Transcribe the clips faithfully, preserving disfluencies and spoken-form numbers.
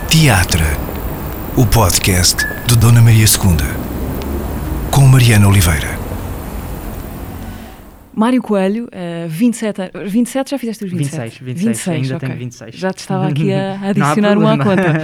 Teatra, o podcast de Dona Maria segunda, com Mariana Oliveira. Mário Coelho, uh, vinte e sete anos. vinte e sete, já fizeste os vinte e sete? vinte e seis, vinte e seis, ainda okay. tenho vinte e seis. Já te estava aqui a adicionar um à conta.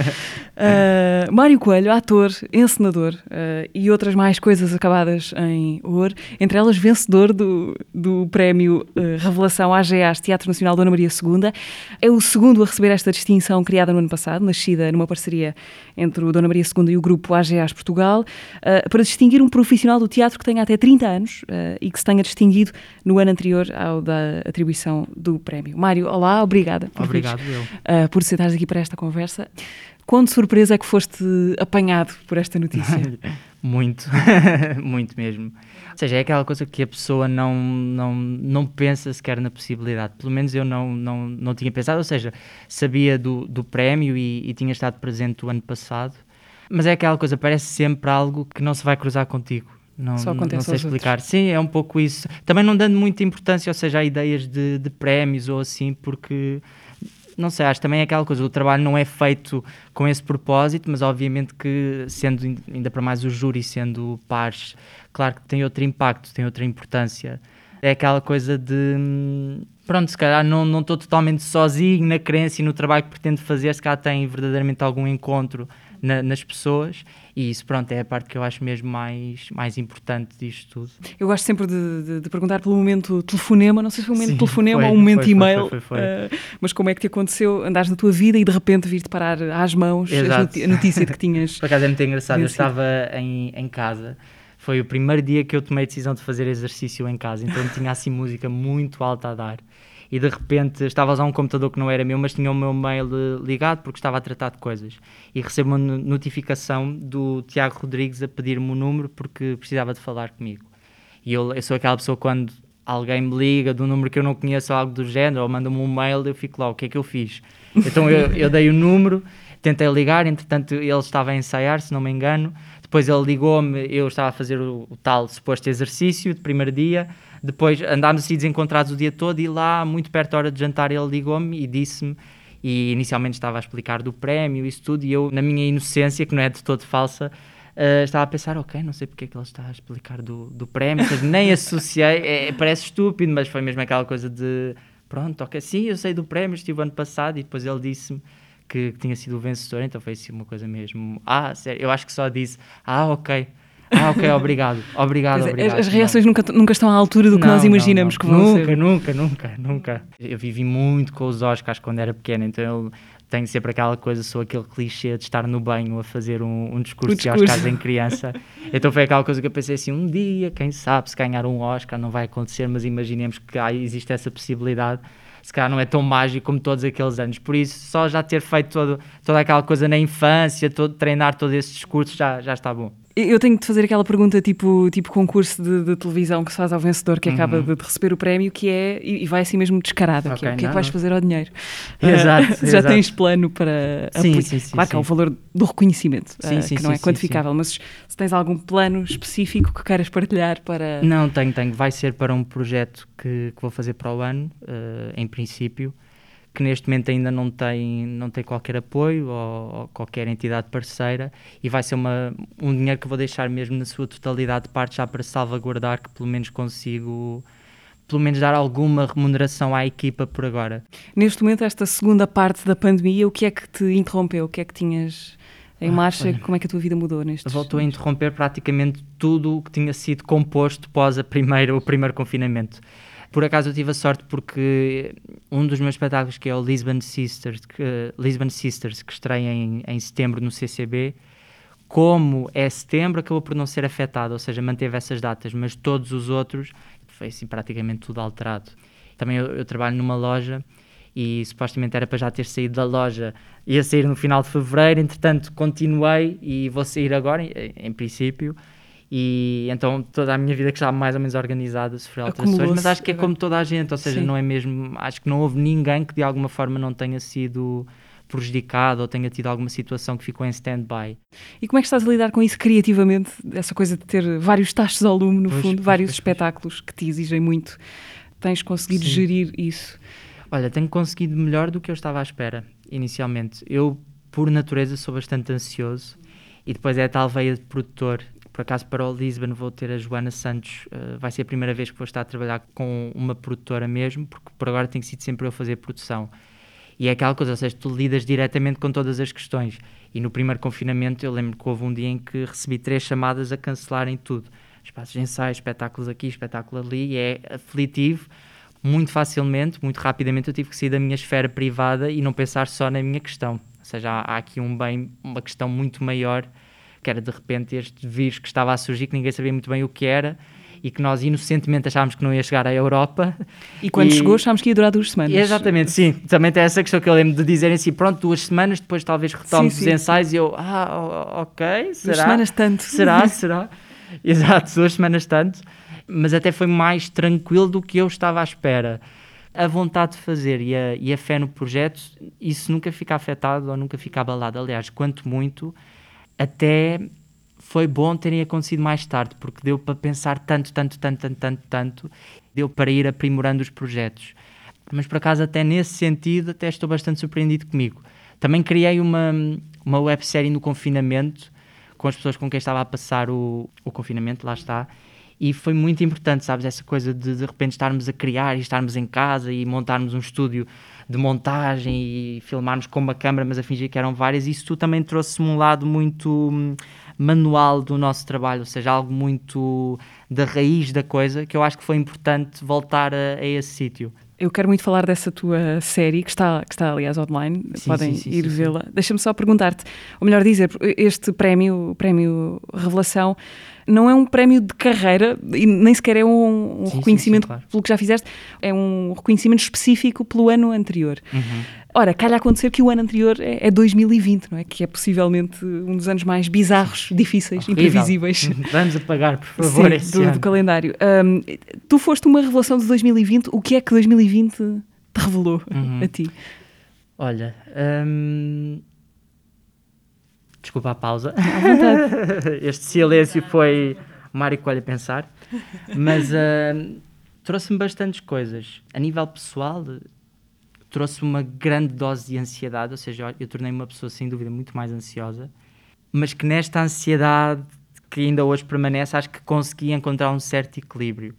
Uh, Mário Coelho, ator, encenador uh, e outras mais coisas acabadas em or, entre elas vencedor do, do prémio uh, Revelação A G A S Teatro Nacional Dona Maria segunda. É o segundo a receber esta distinção criada no ano passado, nascida numa parceria entre o Dona Maria segunda e o grupo A G A S Portugal, uh, para distinguir um profissional do teatro que tenha até trinta anos uh, e que se tenha distinguido no ano anterior ao da atribuição do prémio. Mário, olá, obrigada. Por Obrigado, vires, eu. Uh, por sentares aqui para esta conversa. Quão de surpresa é que foste apanhado por esta notícia? Muito, muito mesmo. Ou seja, é aquela coisa que a pessoa não, não, não pensa sequer na possibilidade. Pelo menos eu não, não, não tinha pensado. Ou seja, sabia do, do prémio e, e tinha estado presente o ano passado. Mas é aquela coisa, parece sempre algo que não se vai cruzar contigo. Não, Só acontece não sei aos explicar. outros. Sim, é um pouco isso. Também não dando muita importância, ou seja, a ideias de, de prémios ou assim, porque... Não sei, acho também é aquela coisa, o trabalho não é feito com esse propósito, mas obviamente que, sendo ainda para mais o júri, sendo pares, claro que tem outro impacto, tem outra importância. É aquela coisa de, pronto, se calhar não, não estou totalmente sozinho na crença e no trabalho que pretendo fazer, se calhar tem verdadeiramente algum encontro na, nas pessoas, e isso, pronto, é a parte que eu acho mesmo mais, mais importante disto tudo. Eu gosto sempre de, de, de perguntar pelo momento telefonema, não sei se foi um momento Sim, telefonema foi, ou um momento foi, e-mail, foi, foi, foi, foi. Uh, mas como é que te aconteceu andares na tua vida e de repente vir-te parar às mãos Exato. a notícia de que tinhas... Por acaso é muito engraçado, vencido. Eu estava em, em casa, foi o primeiro dia que eu tomei a decisão de fazer exercício em casa, então tinha assim música muito alta a dar. E de repente estava a usar um computador que não era meu, mas tinha o meu mail ligado porque estava a tratar de coisas. E recebo uma notificação do Tiago Rodrigues a pedir-me o número porque precisava de falar comigo. E eu, eu sou aquela pessoa quando alguém me liga de um número que eu não conheço ou algo do género, ou manda-me um mail, eu fico lá, o que é que eu fiz? Então eu, eu dei o número, tentei ligar, entretanto ele estava a ensaiar, se não me engano. Depois ele ligou-me, eu estava a fazer o, o tal suposto exercício de primeiro dia. Depois andámos assim desencontrados o dia todo e lá, muito perto da hora de jantar, ele ligou-me e disse-me, e inicialmente estava a explicar do prémio e isso tudo, e eu, na minha inocência, que não é de todo falsa, uh, estava a pensar, ok, não sei porque é que ele está a explicar do, do prémio, seja, nem associei, é, parece estúpido, mas foi mesmo aquela coisa de, pronto, ok, sim, eu sei do prémio, estive ano passado, e depois ele disse-me que, que tinha sido o vencedor, então foi assim uma coisa mesmo, ah, sério, eu acho que só disse, ah, ok, Ah, ok, obrigado, obrigado, Dizer, obrigado. As reações nunca, nunca estão à altura do que não, nós imaginamos não, que vão nunca, ser. Nunca, nunca, nunca. Eu vivi muito com os Oscars quando era pequeno, então eu tenho sempre aquela coisa, sou aquele clichê de estar no banho a fazer um, um discurso, O discurso. de Oscars em criança. Então foi aquela coisa que eu pensei assim, um dia, quem sabe, se ganhar um Oscar, não vai acontecer, mas imaginemos que ah, existe essa possibilidade. Se calhar não é tão mágico como todos aqueles anos. Por isso, só já ter feito todo, toda aquela coisa na infância, todo, treinar todo esse discurso, já, já está bom. Eu tenho de fazer aquela pergunta tipo, tipo concurso de, de televisão que se faz ao vencedor que Uhum. acaba de, de receber o prémio, que é, e, e vai assim mesmo descarada, que é, Ok, o que é não, que vais não. fazer ao dinheiro? Exato, Uh, já exato. tens plano para... Sim, apli- sim, sim, Claro que há o sim. valor do reconhecimento, Sim, uh, sim, que não é sim, quantificável, mas se tens algum plano específico que queiras partilhar para... Não, tenho, tenho. Vai ser para um projeto que, que vou fazer para o ano, uh, em princípio, que neste momento ainda não tem, não tem qualquer apoio ou, ou qualquer entidade parceira, e vai ser uma, um dinheiro que vou deixar mesmo na sua totalidade de parte já para salvaguardar, que pelo menos consigo, pelo menos dar alguma remuneração à equipa por agora. Neste momento, esta segunda parte da pandemia, o que é que te interrompeu? O que é que tinhas em marcha? olha, Como é que a tua vida mudou nestes... Voltou a interromper praticamente tudo o que tinha sido composto pós a primeira, o primeiro confinamento. Por acaso eu tive a sorte porque um dos meus espetáculos, que é o Lisbon Sisters, que, uh, Lisbon Sisters, que estreia em, em setembro no C C B, como é setembro, acabou por não ser afetado, ou seja, manteve essas datas, mas todos os outros foi assim praticamente tudo alterado. Também eu, eu trabalho numa loja e supostamente era para já ter saído da loja, ia sair no final de fevereiro, entretanto continuei e vou sair agora, em, em princípio. E então toda a minha vida, que já mais ou menos organizada, sofreu alterações, Acumulou-se mas acho que é agora. como toda a gente, ou seja, Sim. não é mesmo, acho que não houve ninguém que de alguma forma não tenha sido prejudicado ou tenha tido alguma situação que ficou em stand-by. E como é que estás a lidar com isso criativamente? Essa coisa de ter vários tachos ao lume, no Pois, fundo, pois, vários pois, espetáculos que te exigem muito. Tens conseguido Sim. gerir isso? Olha, tenho conseguido melhor do que eu estava à espera, inicialmente. Eu, por natureza sou bastante ansioso, e depois é a tal veia de produtor. Por acaso para o Lisbon vou ter a Joana Santos, uh, vai ser a primeira vez que vou estar a trabalhar com uma produtora mesmo, porque por agora tem sido sempre eu a fazer produção. E é aquela coisa, ou seja, tu lidas diretamente com todas as questões. E no primeiro confinamento eu lembro que houve um dia em que recebi três chamadas a cancelarem tudo. Espaços de ensaio, espetáculos aqui, espetáculo ali, e é aflitivo. Muito facilmente, muito rapidamente eu tive que sair da minha esfera privada e não pensar só na minha questão. Ou seja, há, há aqui um bem, uma questão muito maior, que era de repente este vírus que estava a surgir, que ninguém sabia muito bem o que era, e que nós inocentemente achávamos que não ia chegar à Europa. E quando e... chegou achámos que ia durar duas semanas. Exatamente, sim. Também tem essa questão que eu lembro de dizerem assim, pronto, duas semanas, depois talvez retome os ensaios, e eu, ah, ok, será? Duas semanas tanto. Será, será? Exato, duas semanas tanto. Mas até foi mais tranquilo do que eu estava à espera. A vontade de fazer e a, e a fé no projeto, isso nunca fica afetado ou nunca fica abalado. Aliás, quanto muito, até foi bom terem acontecido mais tarde, porque deu para pensar tanto, tanto, tanto, tanto, tanto, tanto, deu para ir aprimorando os projetos. Mas por acaso até nesse sentido, até estou bastante surpreendido comigo. Também criei uma, uma websérie no confinamento, com as pessoas com quem estava a passar o, o confinamento, lá está, e foi muito importante, sabes, essa coisa de de repente estarmos a criar e estarmos em casa e montarmos um estúdio de montagem e filmarmos com uma câmera, mas a fingir que eram várias. Isso tu também trouxe-me um lado muito hum, manual do nosso trabalho, ou seja, algo muito da raiz da coisa, que eu acho que foi importante voltar a, a esse sítio. Eu quero muito falar dessa tua série, que está, que está aliás online, sim, podem sim, sim, ir sim, vê-la. sim. Deixa-me só perguntar-te, ou melhor dizer, este prémio, o prémio Revelação, não é um prémio de carreira, e nem sequer é um, um sim, reconhecimento sim, sim, claro. pelo que já fizeste, é um reconhecimento específico pelo ano anterior. Uhum. Ora, calha a acontecer que o ano anterior é, é dois mil e vinte, não é? Que é possivelmente um dos anos mais bizarros, difíceis, Horrível. imprevisíveis. Vamos apagar, por favor, Sim, esse do, ano. do calendário. Um, tu foste uma revelação de dois mil e vinte, o que é que dois mil e vinte te revelou uhum. a ti? Olha, hum... desculpa a pausa. À vontade. Este silêncio foi Mário Coelho a pensar, mas uh, trouxe-me bastantes coisas. A nível pessoal, trouxe uma grande dose de ansiedade, ou seja, eu tornei-me uma pessoa sem dúvida muito mais ansiosa, mas que nesta ansiedade que ainda hoje permanece, acho que consegui encontrar um certo equilíbrio.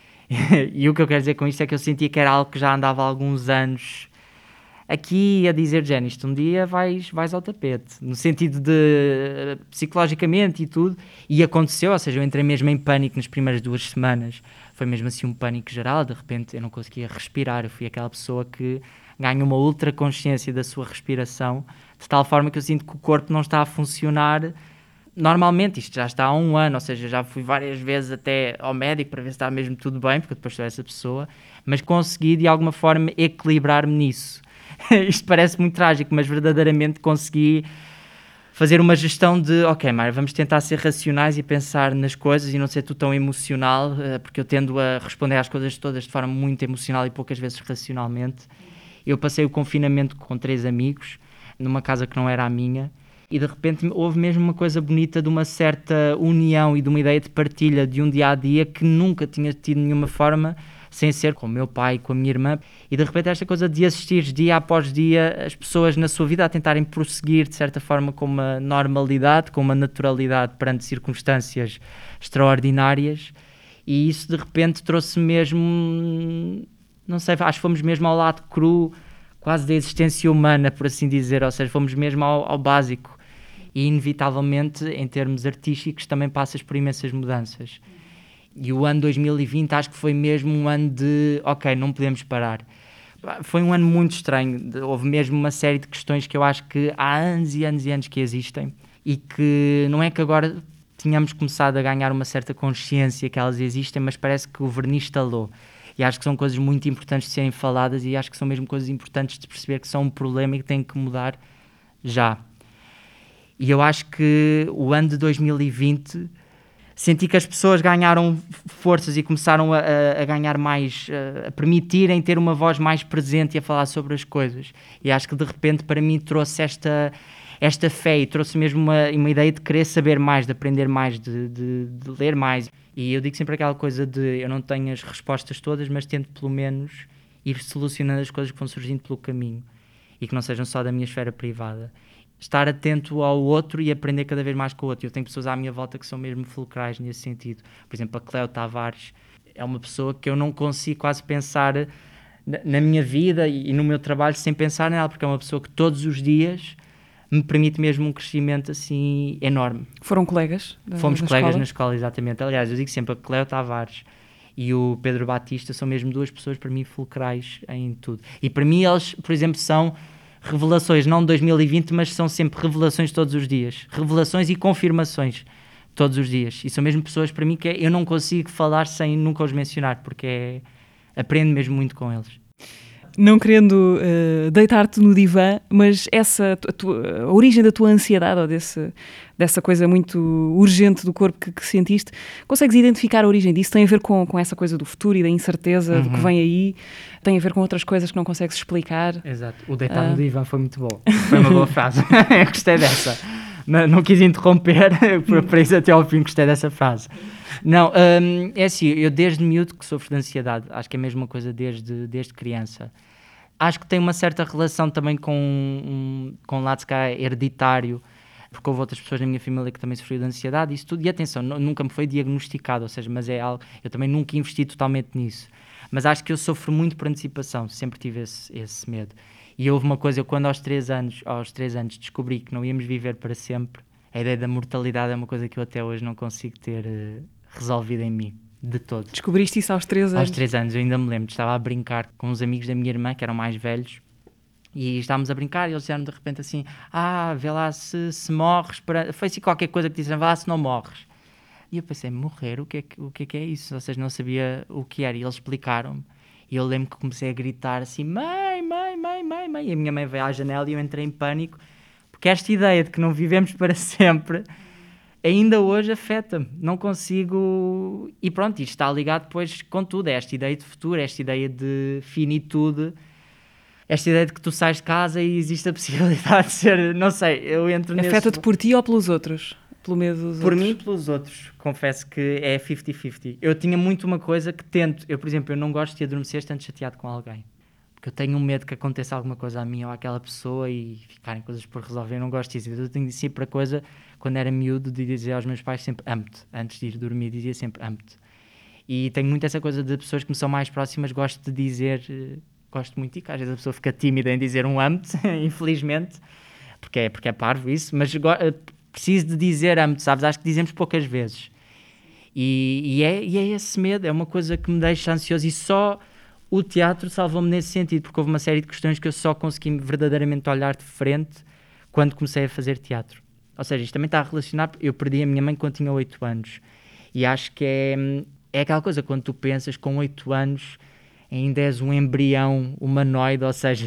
E o que eu quero dizer com isto é que eu sentia que era algo que já andava há alguns anos aqui a dizer, Jenny, isto um dia vais, vais ao tapete, no sentido de psicologicamente e tudo, e aconteceu, ou seja, eu entrei mesmo em pânico nas primeiras duas semanas, foi mesmo assim um pânico geral, de repente eu não conseguia respirar, eu fui aquela pessoa que ganha uma ultra consciência da sua respiração, de tal forma que eu sinto que o corpo não está a funcionar normalmente. Isto já está há um ano, ou seja, já fui várias vezes até ao médico para ver se está mesmo tudo bem, porque depois sou essa pessoa, mas consegui de alguma forma equilibrar-me nisso. Isto parece muito trágico, mas verdadeiramente consegui fazer uma gestão de, ok, Mário, vamos tentar ser racionais e pensar nas coisas e não ser tu tão emocional, porque eu tendo a responder às coisas todas de forma muito emocional e poucas vezes racionalmente. Eu passei o confinamento com três amigos, numa casa que não era a minha, e de repente houve mesmo uma coisa bonita de uma certa união e de uma ideia de partilha de um dia-a-dia que nunca tinha tido nenhuma forma sem ser com o meu pai e com a minha irmã, e de repente esta coisa de assistir dia após dia as pessoas na sua vida a tentarem prosseguir de certa forma com uma normalidade, com uma naturalidade perante circunstâncias extraordinárias, e isso de repente trouxe mesmo, não sei, acho que fomos mesmo ao lado cru quase da existência humana, por assim dizer, ou seja, fomos mesmo ao, ao básico, e inevitavelmente em termos artísticos também passas por imensas mudanças. E o ano dois mil e vinte acho que foi mesmo um ano de, ok, não podemos parar. Foi um ano muito estranho, houve mesmo uma série de questões que eu acho que há anos e anos e anos que existem, e que não é que agora tínhamos começado a ganhar uma certa consciência que elas existem, mas parece que o verniz estalou. E acho que são coisas muito importantes de serem faladas, e acho que são mesmo coisas importantes de perceber que são um problema e que têm que mudar já. E eu acho que o ano de dois mil e vinte senti que as pessoas ganharam forças e começaram a, a ganhar mais, a permitirem ter uma voz mais presente e a falar sobre as coisas. E acho que de repente para mim trouxe esta, esta fé e trouxe mesmo uma, uma ideia de querer saber mais, de aprender mais, de, de, de ler mais. E eu digo sempre aquela coisa de eu não tenho as respostas todas, mas tento pelo menos ir solucionando as coisas que vão surgindo pelo caminho e que não sejam só da minha esfera privada. estar atento ao outro e aprender cada vez mais com o outro. Eu tenho pessoas à minha volta que são mesmo fulcrais nesse sentido. Por exemplo, a Cleo Tavares é uma pessoa que eu não consigo quase pensar na, na minha vida e, e no meu trabalho sem pensar nela, porque é uma pessoa que todos os dias me permite mesmo um crescimento assim enorme. Foram colegas? Da, Fomos da colegas escola? na escola, exatamente. Aliás, eu digo sempre, a Cleo Tavares e o Pedro Batista são mesmo duas pessoas para mim fulcrais em tudo. E para mim eles, por exemplo, são revelações, não de dois mil e vinte, mas são sempre revelações todos os dias. Revelações e confirmações todos os dias. E são mesmo pessoas para mim que eu não consigo falar sem nunca os mencionar, porque é, aprendo mesmo muito com eles. Não querendo uh, deitar-te no divã, mas essa, a, tua, a origem da tua ansiedade ou desse, dessa coisa muito urgente do corpo que, que sentiste, consegues identificar a origem disso? Tem a ver com, com essa coisa do futuro e da incerteza, uhum, do que vem aí? Tem a ver com outras coisas que não consegues explicar? Exato. O deitar uh... no divã foi muito bom. Foi uma boa frase. Eu gostei dessa. Não, não quis interromper, por isso até ao fim gostei dessa frase. Não, hum, é assim, eu desde miúdo que sofro de ansiedade, acho que é a mesma coisa desde, desde criança. Acho que tem uma certa relação também com um, com um lado se calhar hereditário, porque houve outras pessoas na minha família que também sofriam de ansiedade e isso tudo. E atenção, nunca me foi diagnosticado, ou seja, mas é algo, eu também nunca investi totalmente nisso. Mas acho que eu sofro muito por antecipação, sempre tive esse, esse medo. E houve uma coisa, eu quando aos três anos, aos três anos descobri que não íamos viver para sempre, a ideia da mortalidade é uma coisa que eu até hoje não consigo ter uh, resolvida em mim, de todo. Descobriste isso aos três anos? Aos três anos, eu ainda me lembro, estava a brincar com uns amigos da minha irmã, que eram mais velhos, e estávamos a brincar e eles disseram de repente assim, ah, vê lá se, se morres, para... foi assim qualquer coisa que disseram, vê lá se não morres. E eu pensei, morrer? O que é que, o que, é, que é isso? Ou seja, não sabia o que era, e eles explicaram-me. E eu lembro que comecei a gritar assim, mãe, mãe, mãe, mãe, mãe. E a minha mãe veio à janela e eu entrei em pânico, porque esta ideia de que não vivemos para sempre ainda hoje afeta-me. Não consigo... E pronto, isto está ligado depois com tudo. É esta ideia de futuro, esta ideia de finitude, esta ideia de que tu sais de casa e existe a possibilidade de ser... Não sei, eu entro nesse... Afeta-te por ti ou pelos outros? Pelo medo dos Por outros? mim e pelos outros, confesso que é cinquenta cinquenta. Eu tinha muito uma coisa que tento, eu por exemplo, eu não gosto de adormecer estando chateado com alguém, porque eu tenho um medo que aconteça alguma coisa a mim ou àquela pessoa e ficarem coisas por resolver, eu não gosto disso. Eu tenho sempre a coisa, quando era miúdo, de dizer aos meus pais sempre amo-te, antes de ir dormir dizia sempre amo-te. E tenho muito essa coisa de pessoas que me são mais próximas, gosto de dizer, gosto muito, e que às vezes a pessoa fica tímida em dizer um amo-te, infelizmente, porque é, porque é parvo isso, mas preciso de dizer amo-te, sabes? Acho que dizemos poucas vezes. E, e, é, e é esse medo, é uma coisa que me deixa ansioso e só o teatro salvou-me nesse sentido, porque houve uma série de questões que eu só consegui verdadeiramente olhar de frente quando comecei a fazer teatro. Ou seja, isto também está relacionado, eu perdi a minha mãe quando tinha oito anos. E acho que é, é aquela coisa, quando tu pensas com oito anos ainda és um embrião humanoide, ou seja...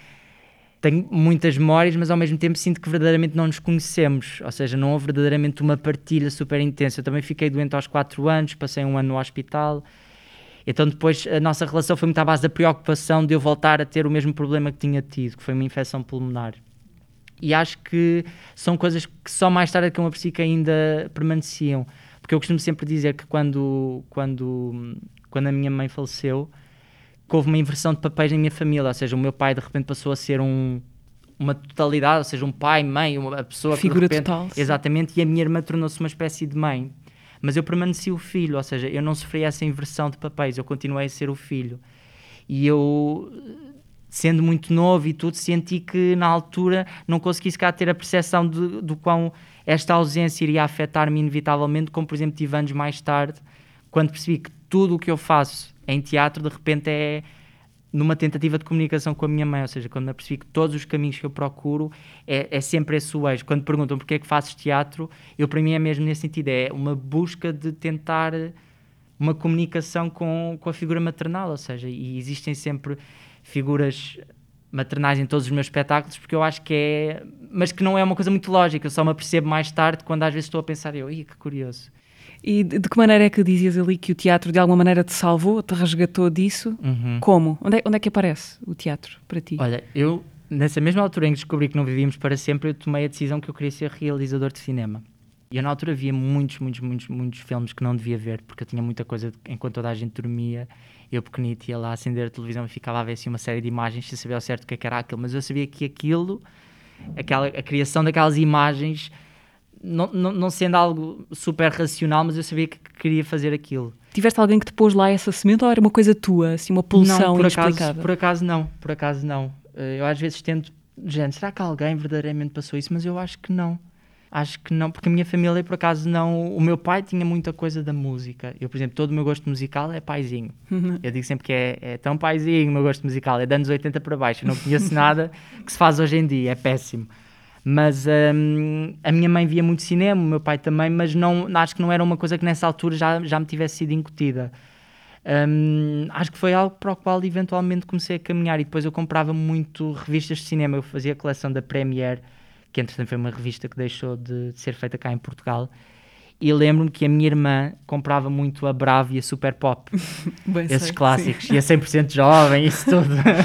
Tenho muitas memórias, mas ao mesmo tempo sinto que verdadeiramente não nos conhecemos, ou seja, não houve verdadeiramente uma partilha super intensa. Eu também fiquei doente aos quatro anos, passei um ano no hospital, então depois a nossa relação foi muito à base da preocupação de eu voltar a ter o mesmo problema que tinha tido, que foi uma infecção pulmonar. E acho que são coisas que só mais tarde é que eu me apercebi que ainda permaneciam, porque eu costumo sempre dizer que quando, quando, quando a minha mãe faleceu, que houve uma inversão de papéis na minha família, ou seja, o meu pai de repente passou a ser um, uma totalidade, ou seja, um pai, mãe, uma pessoa figura que de repente, total. Exatamente, e a minha irmã tornou-se uma espécie de mãe. Mas eu permaneci o filho, ou seja, eu não sofri essa inversão de papéis, eu continuei a ser o filho. E eu, sendo muito novo e tudo, senti que na altura não consegui sequer ter a percepção de, do quão esta ausência iria afetar-me inevitavelmente, como por exemplo tive anos mais tarde, quando percebi que tudo o que eu faço em teatro, de repente é numa tentativa de comunicação com a minha mãe, ou seja, quando me apercebi que todos os caminhos que eu procuro é, é sempre esse o eixo. Quando perguntam porque é que fazes teatro, eu para mim é mesmo nesse sentido, é uma busca de tentar uma comunicação com, com a figura maternal, ou seja, e existem sempre figuras maternais em todos os meus espetáculos, porque eu acho que é, mas que não é uma coisa muito lógica, eu só me apercebo mais tarde, quando às vezes estou a pensar, eu, ih, que curioso. E de, de que maneira é que dizias ali que o teatro de alguma maneira te salvou, te resgatou disso? Uhum. Como? Onde é, onde é que aparece o teatro para ti? Olha, eu, nessa mesma altura em que descobri que não vivíamos para sempre, eu tomei a decisão que eu queria ser realizador de cinema. E eu na altura via muitos, muitos, muitos, muitos filmes que não devia ver, porque eu tinha muita coisa, de, enquanto toda a gente dormia, eu pequenito ia lá acender a televisão e ficava a ver assim uma série de imagens sem saber ao certo o que, é que era aquilo, mas eu sabia que aquilo aquela, a criação daquelas imagens, não, não, não sendo algo super racional, mas eu sabia que queria fazer aquilo. Tiveste alguém que te pôs lá essa semente ou era uma coisa tua, assim, uma pulsão não, por inexplicável? Acaso, por acaso não, por acaso não. Eu às vezes tento, gente, será que alguém verdadeiramente passou isso? Mas eu acho que não. Acho que não, porque a minha família, por acaso, não... O meu pai tinha muita coisa da música. Eu, por exemplo, todo o meu gosto musical é paizinho. Uhum. Eu digo sempre que é, é tão paizinho o meu gosto musical. É de anos oitenta para baixo. Eu não conheço nada que se faz hoje em dia. É péssimo. Mas hum, a minha mãe via muito cinema, o meu pai também, mas não, acho que não era uma coisa que nessa altura já, já me tivesse sido incutida. Hum, acho que foi algo para o qual eventualmente comecei a caminhar. E depois eu comprava muito revistas de cinema. Eu fazia a coleção da Premiere, que entretanto foi uma revista que deixou de, de ser feita cá em Portugal, e lembro-me que a minha irmã comprava muito a Bravo e a Super Pop, Bem esses sei, clássicos, sim. e a cem por cento jovem, isso tudo.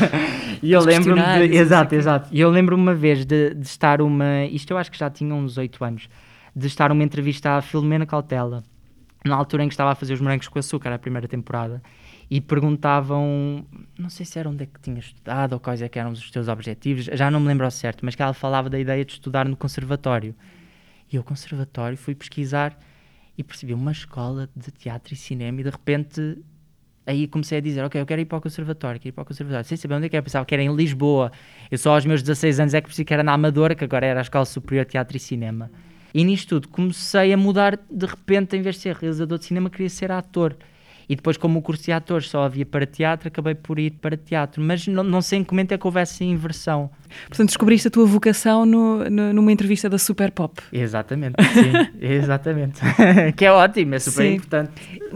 E eu lembro-me de, exato, exato, e eu lembro-me uma vez de, de estar uma, isto eu acho que já tinha uns oito anos, de estar uma entrevista à Filomena Cautela, na altura em que estava a fazer Os Morangos com Açúcar, a primeira temporada, e perguntavam, não sei se era onde é que tinha estudado ou quais é que eram os teus objetivos, já não me lembro ao certo, mas que ela falava da ideia de estudar no conservatório. E eu, conservatório, fui pesquisar e percebi uma escola de teatro e cinema, e de repente aí comecei a dizer, ok, eu quero ir para o conservatório, quero ir para o conservatório, sem saber onde é que era, pensava que era em Lisboa. Eu só aos meus dezasseis anos é que percebi que era na Amadora, que agora era a Escola Superior de Teatro e Cinema. E nisto tudo comecei a mudar, de repente, em vez de ser realizador de cinema, queria ser ator. E depois, como o curso de atores só havia para teatro, acabei por ir para teatro. Mas não, não sei em que momento é que houvesse inversão. Portanto, descobriste a tua vocação no, no, numa entrevista da Super Pop. Exatamente, sim, exatamente. Que é ótimo, é super sim. importante.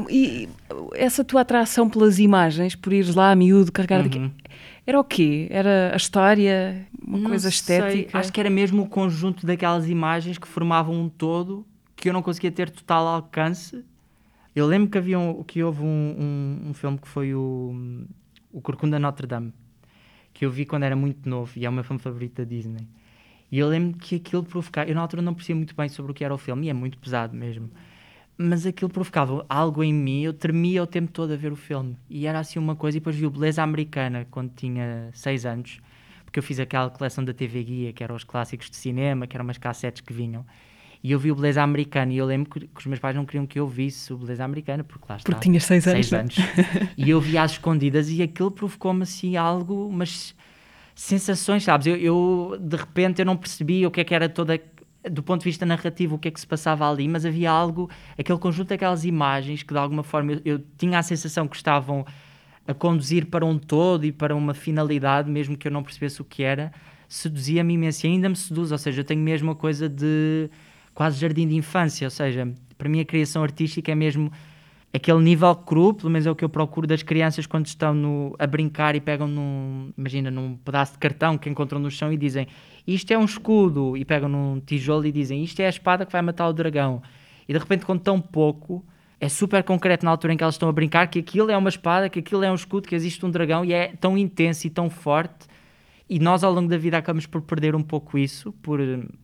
E essa tua atração pelas imagens, por ires lá a miúdo, carregar... Uhum. Era o quê? Era a história? Uma não coisa sei. estética? Acho que era mesmo o conjunto daquelas imagens que formavam um todo que eu não conseguia ter total alcance. Eu lembro que, havia um, que houve um, um, um filme que foi o, o Corcunda Notre Dame, que eu vi quando era muito novo, e é o meu filme favorito da Disney. E eu lembro que aquilo provocava... Eu na altura não percebia muito bem sobre o que era o filme, e é muito pesado mesmo. Mas aquilo provocava algo em mim, eu tremia o tempo todo a ver o filme. E era assim uma coisa, e depois vi o Beleza Americana, quando tinha seis anos, porque eu fiz aquela coleção da T V Guia, que eram os clássicos de cinema, que eram umas cassetes que vinham. E eu vi o Beleza Americana, e eu lembro que, que os meus pais não queriam que eu visse o Beleza Americana, porque lá está. Porque tinhas seis anos, seis anos. E eu vi às escondidas, e aquilo provocou-me assim algo, umas sensações, sabes? Eu, eu, de repente, eu não percebia o que é que era toda, do ponto de vista narrativo, o que é que se passava ali, mas havia algo, aquele conjunto daquelas imagens que de alguma forma eu, eu tinha a sensação que estavam a conduzir para um todo e para uma finalidade, mesmo que eu não percebesse o que era, seduzia-me imenso, e ainda me seduz, ou seja, eu tenho mesmo a coisa de quase jardim de infância, ou seja, para mim a criação artística é mesmo aquele nível cru, pelo menos é o que eu procuro das crianças quando estão no, a brincar e pegam num, imagina, num pedaço de cartão que encontram no chão e dizem, isto é um escudo, e pegam num tijolo e dizem, isto é a espada que vai matar o dragão. E de repente, com tão pouco, é super concreto na altura em que elas estão a brincar que aquilo é uma espada, que aquilo é um escudo, que existe um dragão, e é tão intenso e tão forte, e nós ao longo da vida acabamos por perder um pouco isso, por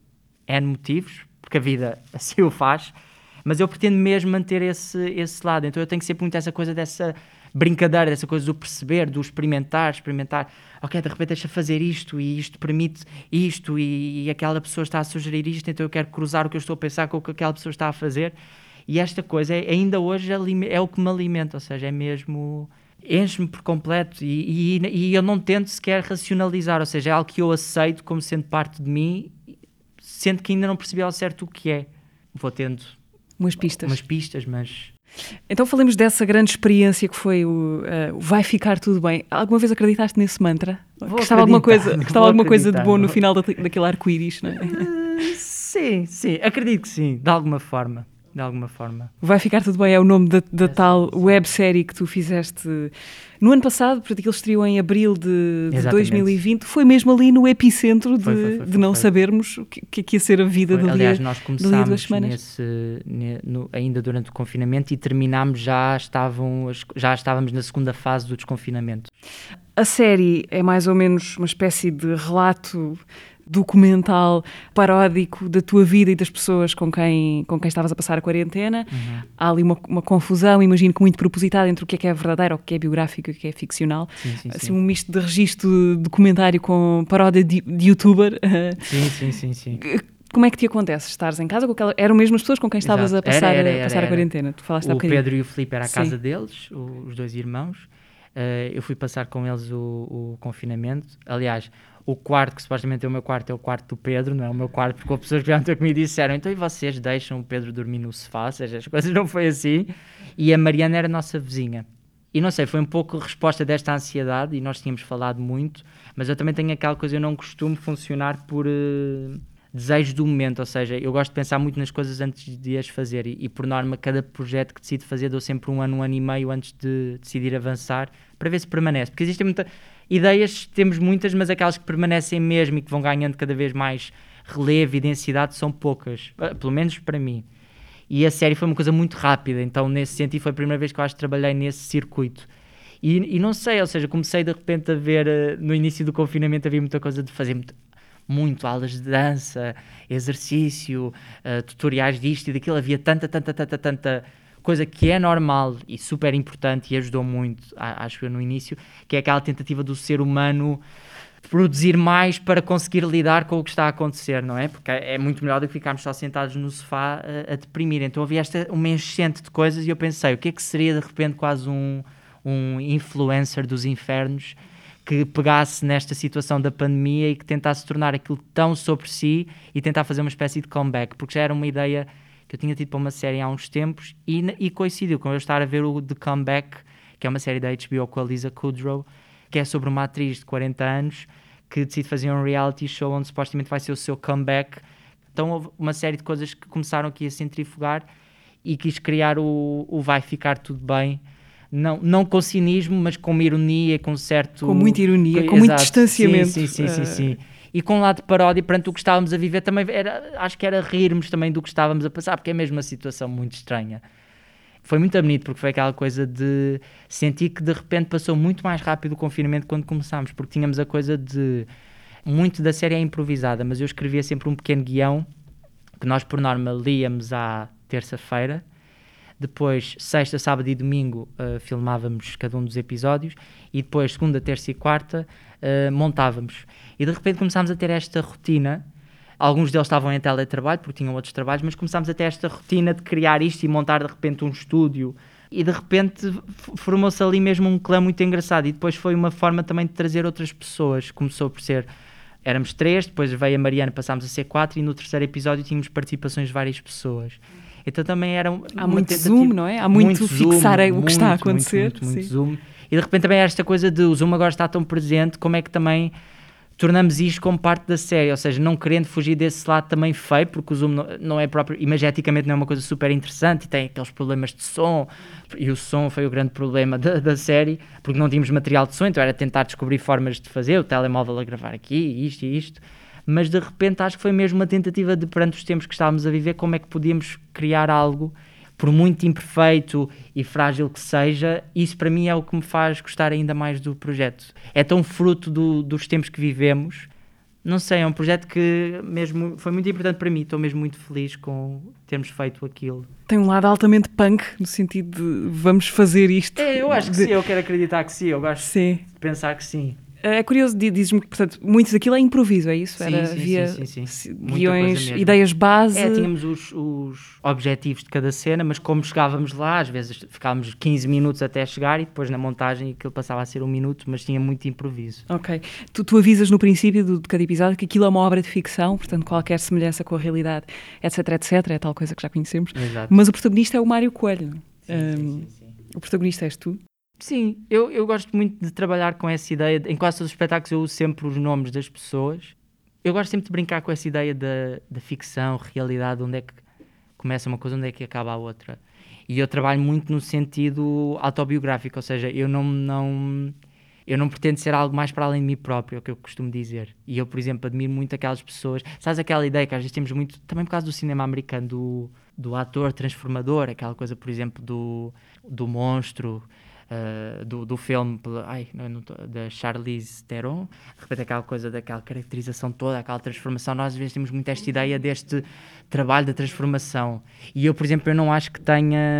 N motivos, porque a vida assim o faz, mas eu pretendo mesmo manter esse, esse lado, então eu tenho sempre muito essa coisa dessa brincadeira, dessa coisa do perceber, do experimentar, experimentar, ok, de repente deixa fazer isto, e isto permite isto, e, e aquela pessoa está a sugerir isto, então eu quero cruzar o que eu estou a pensar com o que aquela pessoa está a fazer, e esta coisa é, ainda hoje é o que me alimenta, ou seja, é mesmo... enche-me por completo, e, e, e eu não tento sequer racionalizar, ou seja, é algo que eu aceito como sendo parte de mim, sendo que ainda não percebi ao certo o que é. Vou tendo umas pistas. Umas pistas, mas... Então falemos dessa grande experiência que foi o uh, vai ficar tudo bem. Alguma vez acreditaste nesse mantra? Vou que estava alguma coisa, que estava alguma coisa de bom no vou... final da, daquele arco-íris, não é? Uh, sim, sim, acredito que sim, de alguma forma. De alguma forma. Vai Ficar Tudo Bem é o nome da, da é tal websérie que tu fizeste no ano passado, porque aquilo estreou em abril de, de dois mil e vinte. Foi mesmo ali no epicentro de, foi, foi, foi, de não foi. sabermos o que, que ia ser a vida do Aliás, dia, nós começámos duas semanas. Nesse, no, ainda durante o confinamento e terminámos, já, estavam, já estávamos na segunda fase do desconfinamento. A série é mais ou menos uma espécie de relato documental, paródico da tua vida e das pessoas com quem, com quem estavas a passar a quarentena. Uhum. Há ali uma, uma confusão, imagino que muito propositada, entre o que é que é verdadeiro, o que é biográfico e o que é ficcional. Sim, sim, assim, sim. um misto de registro de documentário com paródia de, de youtuber. Sim, sim, sim, sim. Como é que te acontece? Estares em casa com aquela... Eram mesmo as pessoas com quem estavas Exato. a passar, Era, era, era, a, passar era. a quarentena? Tu falaste há O bocadinho. Pedro e o Filipe era a Sim. casa deles, o- os dois irmãos. Uh, eu fui passar com eles o, o confinamento. Aliás, o quarto, que supostamente é o meu quarto, é o quarto do Pedro, não é o meu quarto, porque houve pessoas que vieram ter comigo e disseram: então e vocês deixam o Pedro dormir no sofá? Ou seja, as coisas não foi assim. E a Mariana era a nossa vizinha. E não sei, foi um pouco resposta desta ansiedade, e nós tínhamos falado muito, mas eu também tenho aquela coisa, eu não costumo funcionar por uh, desejo do momento, ou seja, eu gosto de pensar muito nas coisas antes de as fazer, e, e por norma, cada projeto que decido fazer dou sempre um ano, um ano e meio antes de decidir avançar, para ver se permanece, porque existem muitas ideias, temos muitas, mas aquelas que permanecem mesmo e que vão ganhando cada vez mais relevo e densidade são poucas, pelo menos para mim. E a série foi uma coisa muito rápida, então nesse sentido foi a primeira vez que eu acho que trabalhei nesse circuito. E, e não sei, ou seja, comecei de repente a ver, uh, no início do confinamento havia muita coisa de fazer muito, muito aulas de dança, exercício, uh, tutoriais disto e daquilo, havia tanta, tanta, tanta, tanta coisa que é normal e super importante e ajudou muito, acho eu no início, que é aquela tentativa do ser humano produzir mais para conseguir lidar com o que está a acontecer, não é? Porque é muito melhor do que ficarmos só sentados no sofá a, a deprimir. Então havia esta, uma enchente de coisas e eu pensei, o que é que seria de repente quase um, um influencer dos infernos que pegasse nesta situação da pandemia e que tentasse tornar aquilo tão sobre si e tentar fazer uma espécie de comeback, porque já era uma ideia que eu tinha tido para uma série há uns tempos e, e coincidiu com eu estar a ver o The Comeback, que é uma série da H B O com a Lisa Kudrow, que é sobre uma atriz de quarenta anos que decide fazer um reality show onde supostamente vai ser o seu comeback. Então houve uma série de coisas que começaram aqui a centrifugar e quis criar o, o Vai Ficar Tudo Bem, não, não com cinismo, mas com uma ironia, com certo... Com muita ironia, com, com exato, muito distanciamento. Sim, sim, sim, sim, Uh... sim. E com um lado de paródia perante o que estávamos a viver também, era, acho que era rirmos também do que estávamos a passar, porque é mesmo uma situação muito estranha. Foi muito bonito, porque foi aquela coisa de sentir que de repente passou muito mais rápido o confinamento quando começámos, porque tínhamos a coisa de... Muito da série é improvisada, mas eu escrevia sempre um pequeno guião que nós, por norma, líamos à terça-feira. Depois, sexta, sábado e domingo, uh, filmávamos cada um dos episódios. E depois, segunda, terça e quarta, uh, montávamos. E de repente começámos a ter esta rotina. Alguns deles estavam em teletrabalho, porque tinham outros trabalhos, mas começámos a ter esta rotina de criar isto e montar de repente um estúdio. E de repente formou-se ali mesmo um clã muito engraçado. E depois foi uma forma também de trazer outras pessoas. Começou por ser... Éramos três, depois veio a Mariana, passámos a ser quatro, e no terceiro episódio tínhamos participações de várias pessoas. Então também era... Há muito zoom, não é? Há muito, muito fixar zoom, o que muito, está a acontecer. Muito, muito, muito zoom. E de repente também era esta coisa de o zoom agora está tão presente, como é que também tornamos isto como parte da série, ou seja, não querendo fugir desse lado também feio, porque o zoom não, não é próprio, imageticamente não é uma coisa super interessante e tem aqueles problemas de som, e o som foi o grande problema da, da série, porque não tínhamos material de som, então era tentar descobrir formas de fazer, o telemóvel a gravar aqui, isto e isto, mas de repente acho que foi mesmo uma tentativa de, perante os tempos que estávamos a viver, como é que podíamos criar algo, por muito imperfeito e frágil que seja, isso para mim é o que me faz gostar ainda mais do projeto. É tão fruto do, dos tempos que vivemos. Não sei, é um projeto que mesmo foi muito importante para mim. Estou mesmo muito feliz com termos feito aquilo. Tem um lado altamente punk, no sentido de vamos fazer isto. É, eu acho que de... sim, eu quero acreditar que sim. Eu gosto sim. de pensar que sim. É curioso, dizes-me que, portanto, muito daquilo é improviso, é isso? Sim, Era, sim, havia sim, sim, sim. guiões, ideias base. É, tínhamos os, os objetivos de cada cena, mas como chegávamos lá, às vezes ficávamos quinze minutos até chegar e depois na montagem aquilo passava a ser um minuto, mas tinha muito improviso. Ok. Tu, tu avisas no princípio do, de cada episódio que aquilo é uma obra de ficção, portanto qualquer semelhança com a realidade, etc, etc, é tal coisa que já conhecemos. Exato. Mas o protagonista é o Mário Coelho. Sim, um, sim, sim, sim. O protagonista és tu? Sim, eu, eu gosto muito de trabalhar com essa ideia. Em quase todos os espetáculos eu uso sempre os nomes das pessoas. Eu gosto sempre de brincar com essa ideia da, da ficção, realidade, onde é que começa uma coisa, onde é que acaba a outra. E eu trabalho muito no sentido autobiográfico, ou seja, eu não, não, eu não pretendo ser algo mais para além de mim próprio, é o que eu costumo dizer. E eu, por exemplo, admiro muito aquelas pessoas... Sabes aquela ideia que às vezes temos muito, também por causa do cinema americano, do, do ator transformador, aquela coisa, por exemplo, do, do monstro... uh, do, do filme, ai, não, não tô, da Charlize Theron, de repente aquela coisa daquela caracterização toda, aquela transformação, nós às vezes temos muito esta ideia deste trabalho da transformação, e eu, por exemplo, eu não acho que tenha,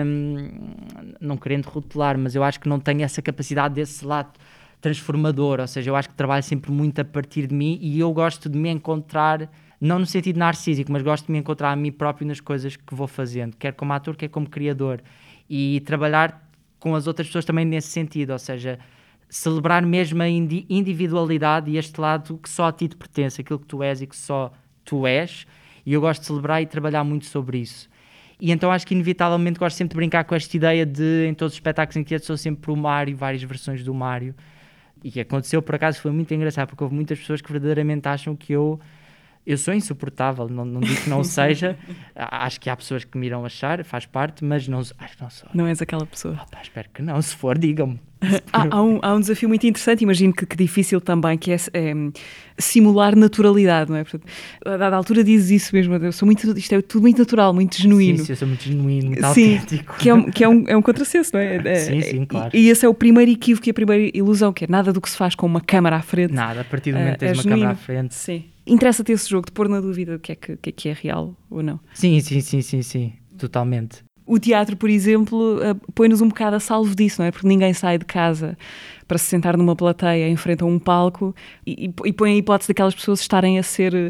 não querendo rotular, mas eu acho que não tenho essa capacidade desse lado transformador, ou seja, eu acho que trabalho sempre muito a partir de mim, e eu gosto de me encontrar, não no sentido narcísico, mas gosto de me encontrar a mim próprio nas coisas que vou fazendo, quer como ator, quer como criador, e trabalhar com as outras pessoas também nesse sentido, ou seja, celebrar mesmo a indi- individualidade e este lado que só a ti te pertence, aquilo que tu és e que só tu és, e eu gosto de celebrar e trabalhar muito sobre isso. E então acho que inevitavelmente gosto sempre de brincar com esta ideia de, em todos os espetáculos em que eu sou sempre o Mário, várias versões do Mário, e que aconteceu por acaso foi muito engraçado, porque houve muitas pessoas que verdadeiramente acham que eu Eu sou insuportável, não, não digo que não seja, acho que há pessoas que me irão achar, faz parte, mas não, acho que não sou. Não és aquela pessoa. Ah, pá, espero que não, se for, digam-me. há, há, um, há um desafio muito interessante, imagino que, que difícil também, que é, é simular naturalidade, não é? Portanto, a dada altura dizes isso mesmo, eu sou muito, isto é tudo muito natural, muito genuíno. Sim, sim, eu sou muito genuíno, muito sim, autêntico. Que é um, que é um, é um contrassenso, não é? É, sim, sim, claro. E, e esse é o primeiro equívoco e a primeira ilusão, que é nada do que se faz com uma câmara à frente. Nada, a partir do momento que é, tens é uma genuíno. câmara à frente. Sim. Interessa-te esse jogo de pôr na dúvida o que é que, que, é, que é real ou não? Sim, sim, sim, sim, sim, totalmente. O teatro, por exemplo, põe-nos um bocado a salvo disso, não é? Porque ninguém sai de casa para se sentar numa plateia em frente a um palco e, e põe a hipótese daquelas pessoas estarem a ser, uh,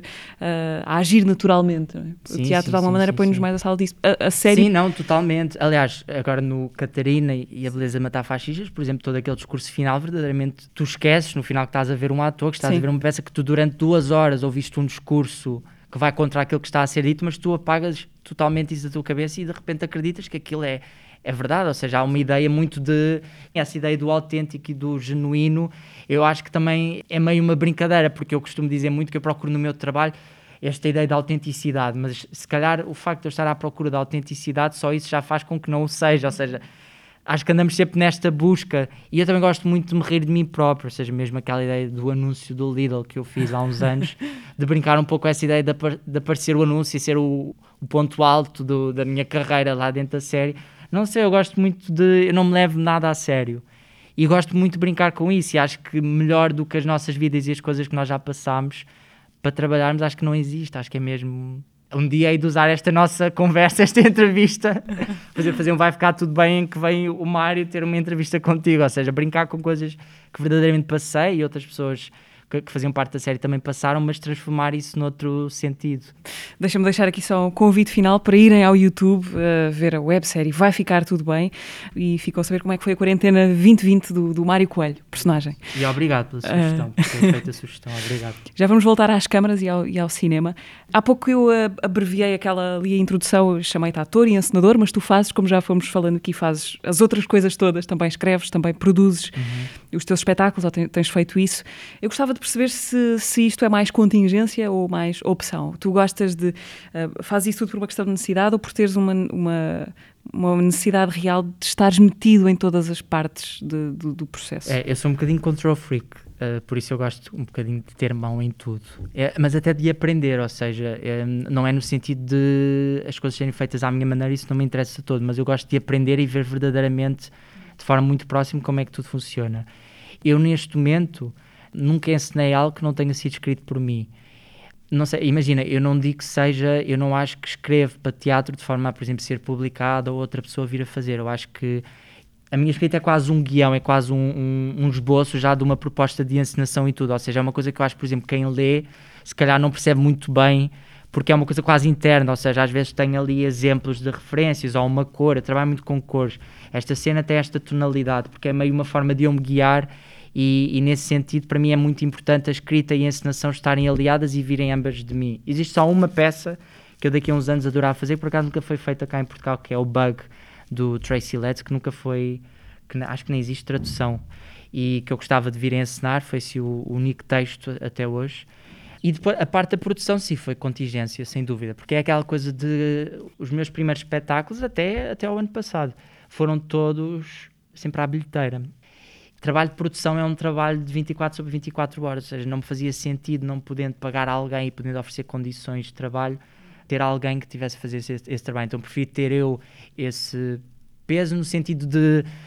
a agir naturalmente. Não é? Sim, o teatro, sim, de alguma sim, maneira, sim, põe-nos sim. mais a salvo disso. A, a série... Sim, não, totalmente. Aliás, agora no Catarina e a Beleza Matar Fascistas, por exemplo, todo aquele discurso final, verdadeiramente, tu esqueces no final que estás a ver um ator, que estás sim. a ver uma peça que tu durante duas horas ouviste um discurso que vai contra aquilo que está a ser dito, mas tu apagas totalmente isso da tua cabeça e de repente acreditas que aquilo é, é verdade, ou seja, há uma ideia muito de... Essa ideia do autêntico e do genuíno, eu acho que também é meio uma brincadeira, porque eu costumo dizer muito que eu procuro no meu trabalho esta ideia da autenticidade, mas se calhar o facto de eu estar à procura da autenticidade, só isso já faz com que não o seja, ou seja... Acho que andamos sempre nesta busca, e eu também gosto muito de me rir de mim próprio, ou seja, mesmo aquela ideia do anúncio do Lidl que eu fiz há uns anos, de brincar um pouco com essa ideia de, apar- de aparecer o anúncio e ser o, o ponto alto do, da minha carreira lá dentro da série. Não sei, eu gosto muito de... Eu não me levo nada a sério. E gosto muito de brincar com isso, e acho que melhor do que as nossas vidas e as coisas que nós já passámos para trabalharmos, acho que não existe, acho que é mesmo... Um dia hei de usar esta nossa conversa, esta entrevista, fazer, fazer um vai ficar tudo bem, em que vem o Mário ter uma entrevista contigo, ou seja, brincar com coisas que verdadeiramente passei e outras pessoas que, que faziam parte da série também passaram, mas transformar isso noutro sentido. Deixa-me deixar aqui só um convite final para irem ao YouTube uh, ver a websérie Vai Ficar Tudo Bem e ficam a saber como é que foi a quarentena vinte vinte do, do Mário Coelho, personagem. E obrigado pela sugestão, uh... por ter feito a sugestão, obrigado. Já vamos voltar às câmaras e ao, e ao cinema. Há pouco eu uh, abreviei aquela ali a introdução, chamei-te ator e encenador, mas tu fazes, como já fomos falando aqui, fazes as outras coisas todas, também escreves, também produzes uhum. os teus espetáculos, ou tens, tens feito isso. Eu gostava de perceber se, se isto é mais contingência ou mais opção. Tu gostas de... Uh, fazes isso tudo por uma questão de necessidade ou por teres uma, uma, uma necessidade real de estares metido em todas as partes de, do, do processo? É, eu sou um bocadinho control freak, uh, por isso eu gosto um bocadinho de ter mão em tudo. É, mas até de aprender, ou seja, é, não é no sentido de as coisas serem feitas à minha maneira, isso não me interessa todo, mas eu gosto de aprender e ver verdadeiramente, de forma muito próxima, como é que tudo funciona. Eu, neste momento... nunca ensinei algo que não tenha sido escrito por mim. Não sei, imagina, eu não digo que seja, eu não acho que escrevo para teatro de forma a, por exemplo, ser publicado ou outra pessoa vir a fazer. Eu acho que a minha escrita é quase um guião, é quase um, um, um esboço já de uma proposta de encenação e tudo. Ou seja, é uma coisa que eu acho, por exemplo, quem lê, se calhar não percebe muito bem, porque é uma coisa quase interna, ou seja, às vezes tem ali exemplos de referências ou uma cor, eu trabalho muito com cores. Esta cena tem esta tonalidade, porque é meio uma forma de eu me guiar. E, e nesse sentido, para mim é muito importante a escrita e a encenação estarem aliadas e virem ambas de mim. Existe só uma peça que eu daqui a uns anos adorava fazer, por acaso nunca foi feita cá em Portugal, que é o Bug, do Tracy Letts, que nunca foi, que acho que nem existe tradução, e que eu gostava de vir a encenar, foi-se o, o único texto até hoje. E depois a parte da produção, sim, foi contingência, sem dúvida, porque é aquela coisa de... Os meus primeiros espetáculos, até, até ao ano passado, foram todos sempre à bilheteira. Trabalho de produção é um trabalho de vinte e quatro sobre vinte e quatro horas, ou seja, não me fazia sentido, não podendo pagar alguém e podendo oferecer condições de trabalho, ter alguém que tivesse a fazer esse, esse trabalho. Então prefiro ter eu esse peso no sentido de,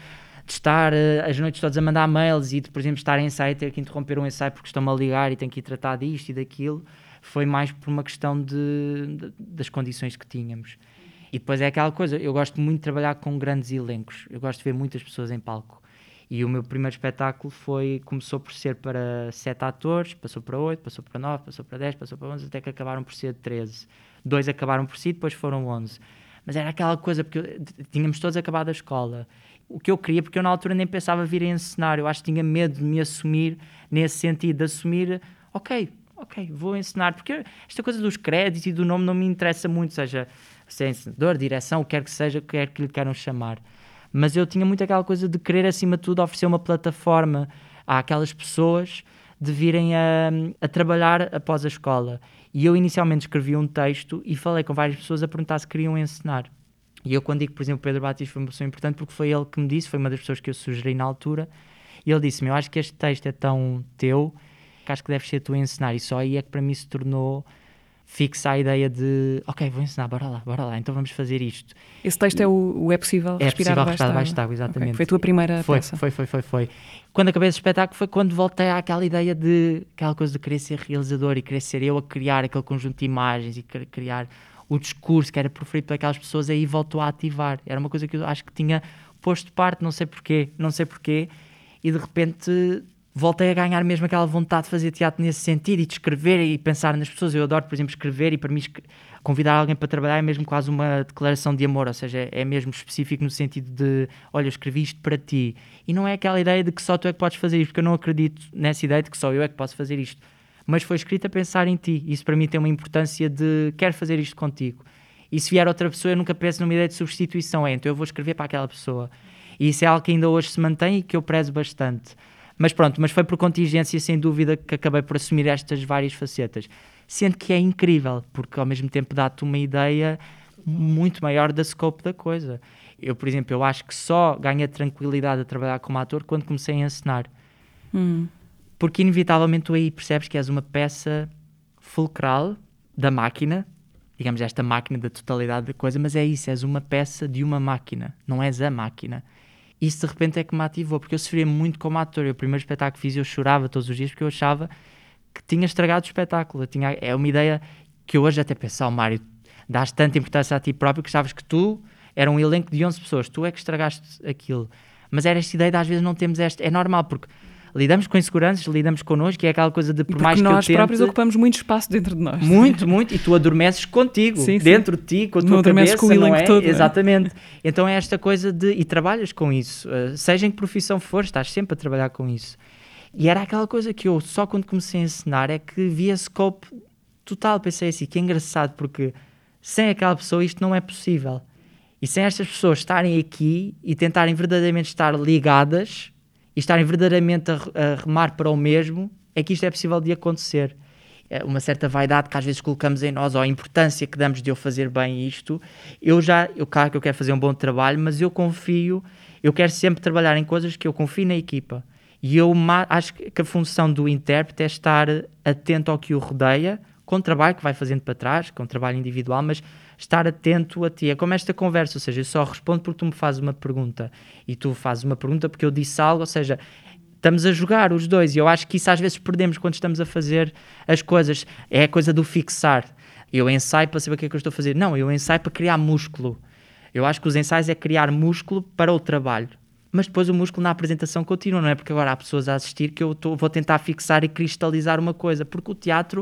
de estar uh, as noites todas a mandar mails e de, por exemplo, estar em ensaio e ter que interromper um ensaio porque estão-me a ligar e tenho que ir tratar disto e daquilo, foi mais por uma questão de, de, das condições que tínhamos. E depois é aquela coisa, eu gosto muito de trabalhar com grandes elencos, eu gosto de ver muitas pessoas em palco. E o meu primeiro espetáculo foi, começou por ser para sete atores, passou para oito, passou para nove, passou para dez, passou para onze, até que acabaram por ser treze. Dois acabaram por si, depois foram onze. Mas era aquela coisa, porque tínhamos todos acabado a escola. O que eu queria, porque eu na altura nem pensava vir a encenar, eu acho que tinha medo de me assumir nesse sentido, de assumir, ok, ok, vou encenar, porque esta coisa dos créditos e do nome não me interessa muito, seja, se é encenador, direção, o que quer que seja, o que quer que lhe queiram chamar. Mas eu tinha muito aquela coisa de querer, acima de tudo, oferecer uma plataforma àquelas pessoas de virem a, a trabalhar após a escola. E eu inicialmente escrevi um texto e falei com várias pessoas a perguntar se queriam encenar. E eu quando digo, por exemplo, Pedro Batista foi uma pessoa importante porque foi ele que me disse, foi uma das pessoas que eu sugeri na altura, e ele disse-me, eu acho que este texto é tão teu que acho que deves ser tu a encenar. E só aí é que para mim se tornou fixa a ideia de, ok, vou ensinar, bora lá, bora lá, então vamos fazer isto. Esse texto e, é o, o É Possível é Respirar Debaixo d'Água. d'Água, exatamente. Okay. Foi a tua primeira foi, peça? Foi, foi, foi, foi. Quando acabei esse espetáculo foi quando voltei àquela ideia de, aquela coisa de querer ser realizador e querer ser eu a criar aquele conjunto de imagens e querer criar o discurso que era preferido para aquelas pessoas, aí voltou a ativar. Era uma coisa que eu acho que tinha posto de parte, não sei porquê, não sei porquê, e de repente voltei a ganhar mesmo aquela vontade de fazer teatro nesse sentido e de escrever e pensar nas pessoas. Eu adoro, por exemplo, escrever, e para mim convidar alguém para trabalhar é mesmo quase uma declaração de amor, ou seja, é mesmo específico no sentido de, olha, eu escrevi isto para ti. E não é aquela ideia de que só tu é que podes fazer isto, porque eu não acredito nessa ideia de que só eu é que posso fazer isto. Mas foi escrito a pensar em ti. Isso para mim tem uma importância de quero fazer isto contigo. E se vier outra pessoa, eu nunca penso numa ideia de substituição. É, então eu vou escrever para aquela pessoa. E isso é algo que ainda hoje se mantém e que eu prezo bastante. Mas pronto, mas foi por contingência, sem dúvida, que acabei por assumir estas várias facetas. Sendo que é incrível, porque ao mesmo tempo dá-te uma ideia muito maior da scope da coisa. Eu, por exemplo, eu acho que só ganhei tranquilidade a trabalhar como ator quando comecei a encenar. Hum. Porque inevitavelmente tu aí percebes que és uma peça fulcral da máquina, digamos esta máquina da totalidade da coisa, mas é isso, és uma peça de uma máquina, não és a máquina. Isso de repente é que me ativou, porque eu sofria muito como ator. Eu, o primeiro espetáculo que fiz, eu chorava todos os dias porque eu achava que tinha estragado o espetáculo. Eu tinha, é uma ideia que eu hoje até penso, oh, Mário, dás tanta importância a ti próprio que sabes que tu era um elenco de onze pessoas, tu é que estragaste aquilo. Mas era esta ideia de às vezes não temos esta, é normal, porque lidamos com inseguranças, lidamos connosco, e é aquela coisa de por mais que eu tente... Porque nós próprios ocupamos muito espaço dentro de nós. Muito, muito, e tu adormeces contigo, sim, dentro sim. de ti, com a não tua cabeça, com o não é? todo, Exatamente. É? Então é esta coisa de... E trabalhas com isso, uh, seja em que profissão for, estás sempre a trabalhar com isso. E era aquela coisa que eu, só quando comecei a encenar, é que via scope total. Pensei assim, que é engraçado, porque sem aquela pessoa isto não é possível. E sem estas pessoas estarem aqui e tentarem verdadeiramente estar ligadas... e estarem verdadeiramente a, a remar para o mesmo, é que isto é possível de acontecer. É uma certa vaidade que às vezes colocamos em nós, ou a importância que damos de eu fazer bem isto. Eu já, eu, claro que eu quero fazer um bom trabalho, mas eu confio, eu quero sempre trabalhar em coisas que eu confio na equipa. E eu acho que a função do intérprete é estar atento ao que o rodeia, com o trabalho que vai fazendo para trás, com o trabalho individual, mas estar atento a ti. É como esta conversa, ou seja, eu só respondo porque tu me fazes uma pergunta e tu fazes uma pergunta porque eu disse algo, ou seja, estamos a jogar os dois, e eu acho que isso às vezes perdemos quando estamos a fazer as coisas. É a coisa do fixar. Eu ensaio para saber o que é que eu estou a fazer. Não, eu ensaio para criar músculo. Eu acho que os ensaios é criar músculo para o trabalho. Mas depois o músculo na apresentação continua, não é? Porque agora há pessoas a assistir que eu tô, vou tentar fixar e cristalizar uma coisa, porque o teatro...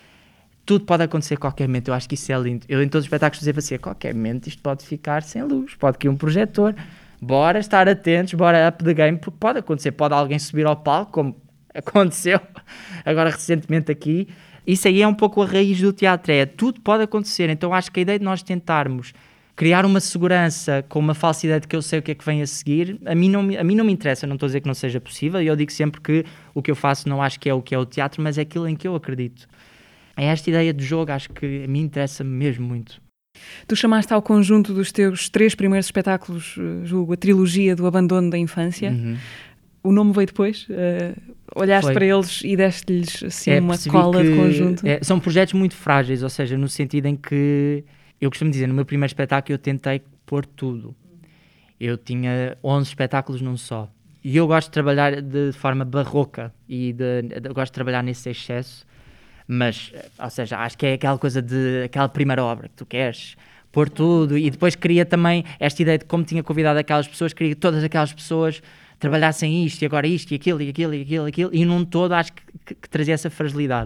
tudo pode acontecer a qualquer momento, eu acho que isso é lindo. Eu em todos os espetáculos dizia assim, a qualquer momento isto pode ficar sem luz, pode cair um projetor, bora estar atentos, bora up the game, porque pode acontecer, pode alguém subir ao palco, como aconteceu agora recentemente aqui. Isso aí é um pouco a raiz do teatro, é tudo pode acontecer. Então acho que a ideia de nós tentarmos criar uma segurança com uma falsa ideia de que eu sei o que é que vem a seguir, a mim não, a mim não me interessa, não estou a dizer que não seja possível, e eu digo sempre que o que eu faço não acho que é o que é o teatro, mas é aquilo em que eu acredito. É esta ideia de jogo, acho que a mim interessa mesmo muito. Tu chamaste ao conjunto dos teus três primeiros espetáculos, julgo, a trilogia do abandono da infância. Uhum. O nome veio depois? Uh, olhaste Foi. Para eles e deste-lhes assim, é, uma cola de conjunto? É, são projetos muito frágeis, ou seja, no sentido em que, eu costumo dizer, no meu primeiro espetáculo eu tentei pôr tudo. Eu tinha onze espetáculos num só. E eu gosto de trabalhar de forma barroca e de, de, eu gosto de trabalhar nesse excesso, mas, ou seja, acho que é aquela coisa de aquela primeira obra que tu queres pôr tudo, e depois queria também esta ideia de como tinha convidado aquelas pessoas, queria que todas aquelas pessoas trabalhassem isto e agora isto e aquilo e aquilo e aquilo, e aquilo e num todo acho que, que, que trazia essa fragilidade.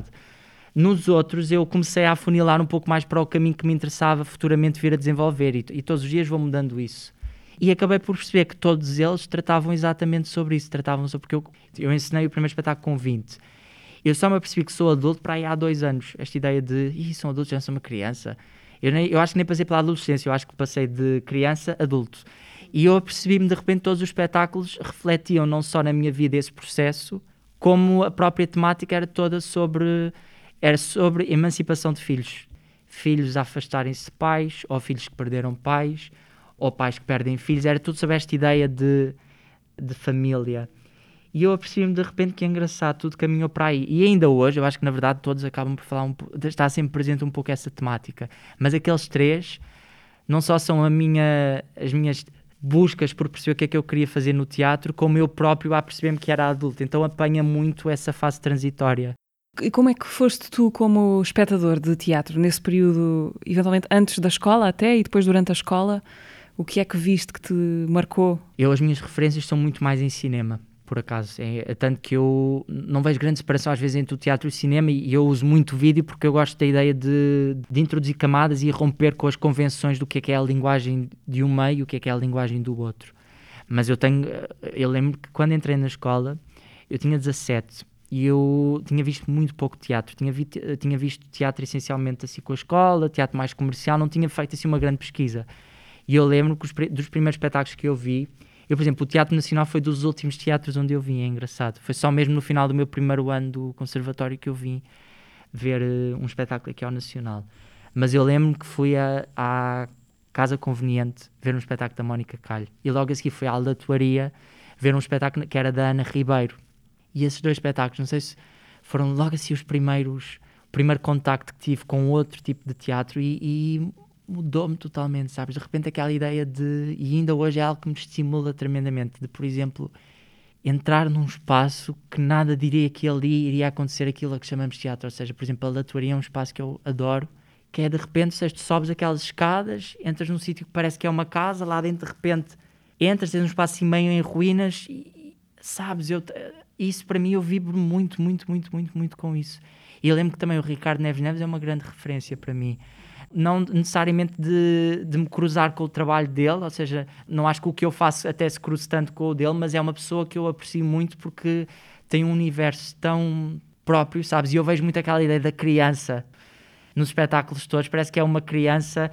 Nos outros eu comecei a afunilar um pouco mais para o caminho que me interessava futuramente vir a desenvolver, e, e todos os dias vou mudando isso. E acabei por perceber que todos eles tratavam exatamente sobre isso, tratavam sobre, porque eu, eu ensinei o primeiro espetáculo com vinte. Eu só me apercebi que sou adulto para aí há dois anos. Esta ideia de, ih, são adultos, já sou uma criança. Eu, nem, eu acho que nem passei pela adolescência, eu acho que passei de criança a adulto. E eu apercebi-me, de repente, todos os espetáculos refletiam não só na minha vida esse processo, como a própria temática era toda sobre, era sobre emancipação de filhos. Filhos a afastarem-se de pais, ou filhos que perderam pais, ou pais que perdem filhos, era tudo sobre esta ideia de, de família. E eu apercebi-me de repente que é engraçado, tudo caminhou para aí. E ainda hoje, eu acho que na verdade todos acabam por falar um pouco, está sempre presente um pouco essa temática. Mas aqueles três não só são a minha, as minhas buscas por perceber o que é que eu queria fazer no teatro, como eu próprio a perceber-me que era adulto. Então apanha muito essa fase transitória. E como é que foste tu como espectador de teatro, nesse período, eventualmente antes da escola até e depois durante a escola? O que é que viste que te marcou? Eu, as minhas referências são muito mais em cinema, por acaso. É, é tanto que eu não vejo grande separação às vezes entre o teatro e o cinema, e eu uso muito vídeo porque eu gosto da ideia de, de introduzir camadas e romper com as convenções do que é que é a linguagem de um meio e o que é que é a linguagem do outro. Mas eu tenho, eu lembro que quando entrei na escola, eu tinha dezassete e eu tinha visto muito pouco teatro. Tinha, vi, tinha visto teatro essencialmente assim com a escola, teatro mais comercial, não tinha feito assim uma grande pesquisa. E eu lembro que os, dos primeiros espetáculos que eu vi, eu, por exemplo, o Teatro Nacional foi dos últimos teatros onde eu vim, é engraçado. Foi só mesmo no final do meu primeiro ano do conservatório que eu vim ver uh, um espetáculo aqui ao Nacional. Mas eu lembro que fui a, à Casa Conveniente ver um espetáculo da Mónica Calho. E logo a seguir fui à Aldatuaria ver um espetáculo que era da Ana Ribeiro. E esses dois espetáculos, não sei se foram logo assim os primeiros, o primeiro contacto que tive com outro tipo de teatro e... e mudou-me totalmente, sabes? De repente aquela ideia de... E ainda hoje é algo que me estimula tremendamente. De, por exemplo, entrar num espaço que nada diria que ali iria acontecer aquilo a que chamamos teatro. Ou seja, por exemplo, a Latoria é um espaço que eu adoro, que é de repente, se tu sobes aquelas escadas, entras num sítio que parece que é uma casa, lá dentro de repente entras, tens um espaço assim meio em ruínas e, sabes, eu, isso para mim eu vibro muito, muito, muito, muito, muito com isso. E eu lembro que também o Ricardo Neves Neves é uma grande referência para mim. Não necessariamente de, de me cruzar com o trabalho dele, ou seja, não acho que o que eu faço até se cruze tanto com o dele, mas é uma pessoa que eu aprecio muito porque tem um universo tão próprio, sabes? E eu vejo muito aquela ideia da criança nos espetáculos todos, parece que é uma criança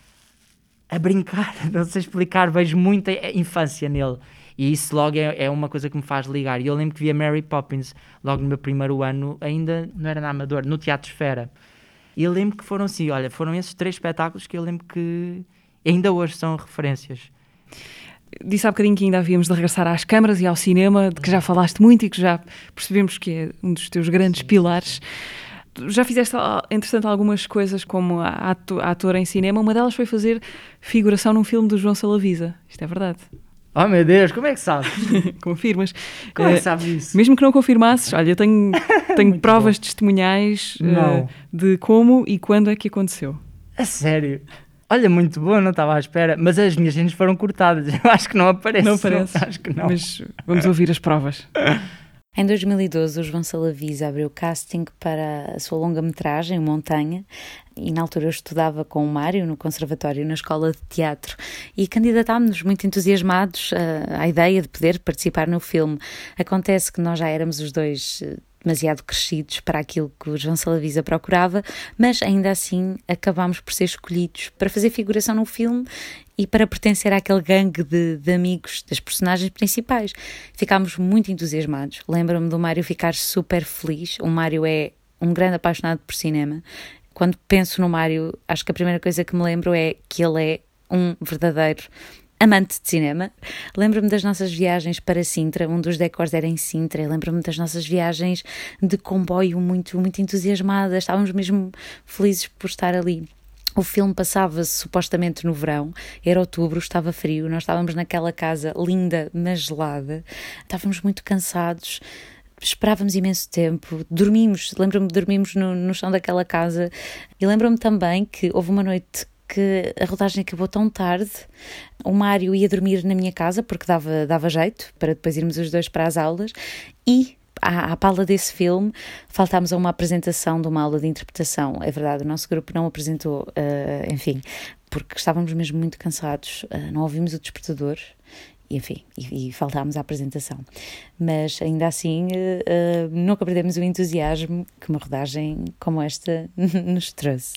a brincar, não sei explicar, vejo muita infância nele. E isso logo é, é uma coisa que me faz ligar. E eu lembro que vi a Mary Poppins logo no meu primeiro ano, ainda não era na Amador, no Teatro Esfera. E eu lembro que foram assim, olha, foram esses três espetáculos que eu lembro que ainda hoje são referências. Disse há bocadinho que ainda havíamos de regressar às câmaras e ao cinema, de que já falaste muito e que já percebemos que é um dos teus grandes sim, pilares. Sim. Já fizeste, entretanto, algumas coisas como ator em cinema. Uma delas foi fazer figuração num filme do João Salavisa. Isto é verdade? Oh meu Deus, como é que sabes? Confirmas. Como é que sabes isso? Mesmo que não confirmasses, olha, eu tenho, tenho provas bom. testemunhais uh, de como e quando é que aconteceu. A sério? Olha, muito bom, não estava à espera. Mas as minhas cenas foram cortadas. Eu acho que não aparece. Não aparece? Não, acho que não. Mas vamos ouvir as provas. Em dois mil e doze, o João Salavisa abriu casting para a sua longa-metragem, Montanha, e na altura eu estudava com o Mário no conservatório, na escola de teatro, e candidatámos-nos muito entusiasmados à, à ideia de poder participar no filme. Acontece que nós já éramos os dois demasiado crescidos para aquilo que o João Salavisa procurava, mas ainda assim acabámos por ser escolhidos para fazer figuração no filme e para pertencer àquele gangue de, de amigos das personagens principais. Ficámos muito entusiasmados. Lembro-me do Mário ficar super feliz. O Mário é um grande apaixonado por cinema. Quando penso no Mário, acho que a primeira coisa que me lembro é que ele é um verdadeiro amante de cinema. Lembro-me das nossas viagens para Sintra, um dos decors era em Sintra. Lembro-me das nossas viagens de comboio muito, muito entusiasmadas. Estávamos mesmo felizes por estar ali. O filme passava-se supostamente no verão, era outubro, estava frio, nós estávamos naquela casa linda, mas gelada, estávamos muito cansados, esperávamos imenso tempo, dormimos, lembro-me de dormimos no, no chão daquela casa, e lembro-me também que houve uma noite que a rodagem acabou tão tarde, o Mário ia dormir na minha casa, porque dava, dava jeito, para depois irmos os dois para as aulas, e À, à pala desse filme, faltámos a uma apresentação de uma aula de interpretação. É verdade, o nosso grupo não apresentou, uh, enfim, porque estávamos mesmo muito cansados, uh, não ouvimos o despertador, e, enfim, e, e faltámos à apresentação. Mas ainda assim, uh, uh, nunca perdemos o entusiasmo que uma rodagem como esta nos trouxe.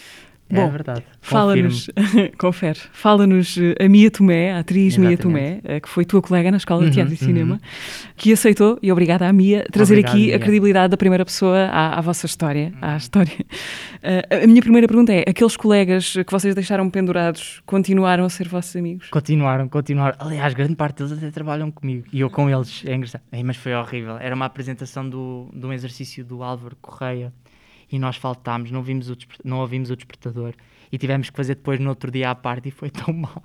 É Bom, verdade. Fala-nos, confere, fala-nos a Mia Tomé, a atriz Exatamente. Mia Tomé, que foi tua colega na Escola de Uhum, Teatro e Cinema, uhum. que aceitou, e obrigada à Mia, trazer Obrigado, aqui Mia. a credibilidade da primeira pessoa à, à vossa história, à história. Uh, a minha primeira pergunta é, aqueles colegas que vocês deixaram pendurados continuaram a ser vossos amigos? Continuaram, continuaram. Aliás, grande parte deles até trabalham comigo. E eu com eles. É engraçado. Ei, mas foi horrível. Era uma apresentação do, de um exercício do Álvaro Correia. E nós faltámos, não, vimos o desper- não ouvimos o despertador. E tivemos que fazer depois no outro dia à parte e foi tão mal.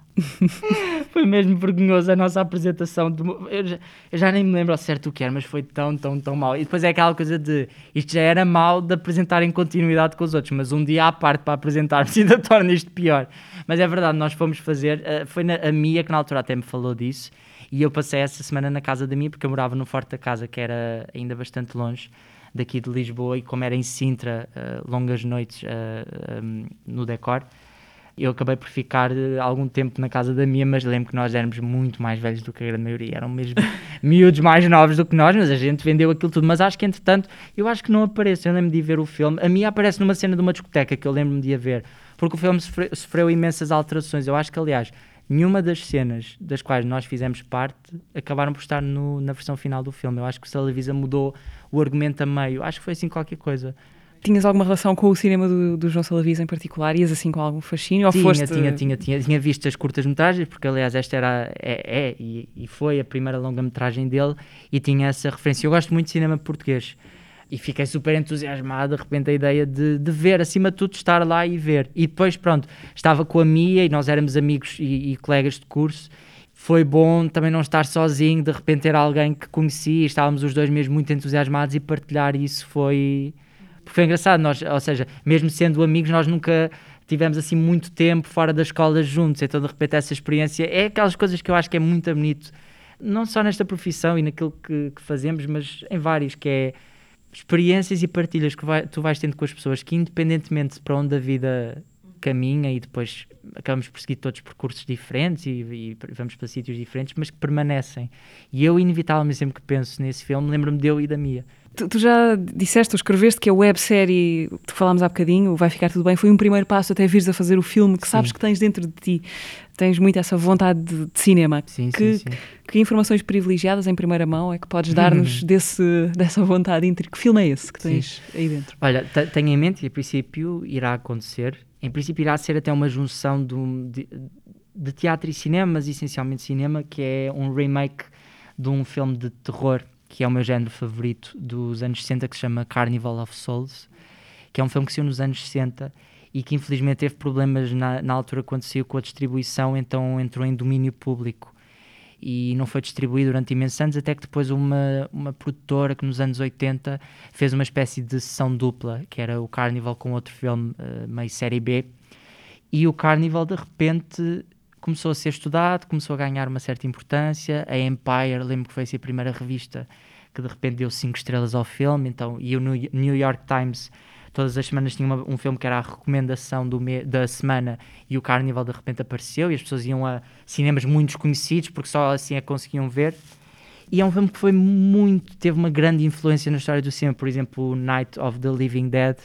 Foi mesmo vergonhoso a nossa apresentação. De... Eu, já, eu já nem me lembro ao certo o que era, mas foi tão, tão, tão mal. E depois é aquela coisa de... Isto já era mal de apresentar em continuidade com os outros, mas um dia à parte para apresentarmos ainda torna isto pior. Mas é verdade, nós fomos fazer... Uh, foi na, a Mia que na altura até me falou disso. E eu passei essa semana na casa da Mia, porque eu morava no Forte da Casa, que era ainda bastante longe daqui de Lisboa, e como era em Sintra, uh, longas noites uh, um, no decor, eu acabei por ficar uh, algum tempo na casa da Mia, mas lembro que nós éramos muito mais velhos do que a grande maioria, eram mesmo miúdos mais novos do que nós, mas a gente vendeu aquilo tudo. Mas acho que entretanto, eu acho que não aparece, eu lembro de ir ver o filme, a Mia aparece numa cena de uma discoteca que eu lembro-me de ir ver, porque o filme sofreu, sofreu imensas alterações. Eu acho que, aliás, nenhuma das cenas das quais nós fizemos parte acabaram por estar no, na versão final do filme. Eu acho que o Salavisa mudou o argumento a meio. Acho que foi assim qualquer coisa. Tinhas alguma relação com o cinema do, do João Salavisa em particular? Ias assim com algum fascínio? Ou tinha, foste... tinha, tinha, tinha, tinha visto as curtas-metragens, porque aliás esta era, é, é e, e foi a primeira longa-metragem dele, e tinha essa referência. Eu gosto muito de cinema português. E fiquei super entusiasmado, de repente, a ideia de, de ver, acima de tudo, estar lá e ver. E depois, pronto, estava com a Mia e nós éramos amigos e, e colegas de curso. Foi bom também não estar sozinho, de repente ter alguém que conhecia, e estávamos os dois mesmo muito entusiasmados, e partilhar isso foi... Foi engraçado, nós, ou seja, mesmo sendo amigos, nós nunca tivemos assim muito tempo fora da escola juntos, então de repente essa experiência é aquelas coisas que eu acho que é muito bonito, não só nesta profissão e naquilo que, que fazemos, mas em vários, que é experiências e partilhas que vai, tu vais tendo com as pessoas, que independentemente para onde a vida caminha, e depois acabamos por seguir todos percursos diferentes e, e vamos para sítios diferentes, mas que permanecem. E eu, inevitavelmente, sempre que penso nesse filme, lembro-me de eu e da Mia. Tu, tu já disseste, tu escreveste que a websérie que falámos há bocadinho, Vai Ficar Tudo Bem, foi um primeiro passo até vires a fazer o filme que sabes Sim. que tens dentro de ti. Tens muito essa vontade de, de cinema. Sim, que, sim, sim. que informações privilegiadas em primeira mão é que podes dar-nos desse, dessa vontade? Que filme é esse que tens Sim. aí dentro? Olha, t- tenho em mente, e a princípio irá acontecer, em princípio irá ser até uma junção de, um, de, de teatro e cinema, mas essencialmente cinema, que é um remake de um filme de terror, que é o meu género favorito dos anos sessenta, que se chama Carnival of Souls, que é um filme que saiu nos anos sessenta e que infelizmente teve problemas na, na altura quando saiu com a distribuição, então entrou em domínio público e não foi distribuído durante imensos anos, até que depois uma, uma produtora que nos anos oitenta fez uma espécie de sessão dupla, que era o Carnival com outro filme uh, meio série B, e o Carnival de repente começou a ser estudado, começou a ganhar uma certa importância. A Empire, lembro que foi assim a primeira revista que de repente deu cinco estrelas ao filme, então, e o New York Times todas as semanas tinha uma, um filme que era a recomendação do me, da semana, e o Carnival de repente apareceu e as pessoas iam a cinemas muito desconhecidos porque só assim a conseguiam ver. E é um filme que foi muito, teve uma grande influência na história do cinema. Por exemplo, o Night of the Living Dead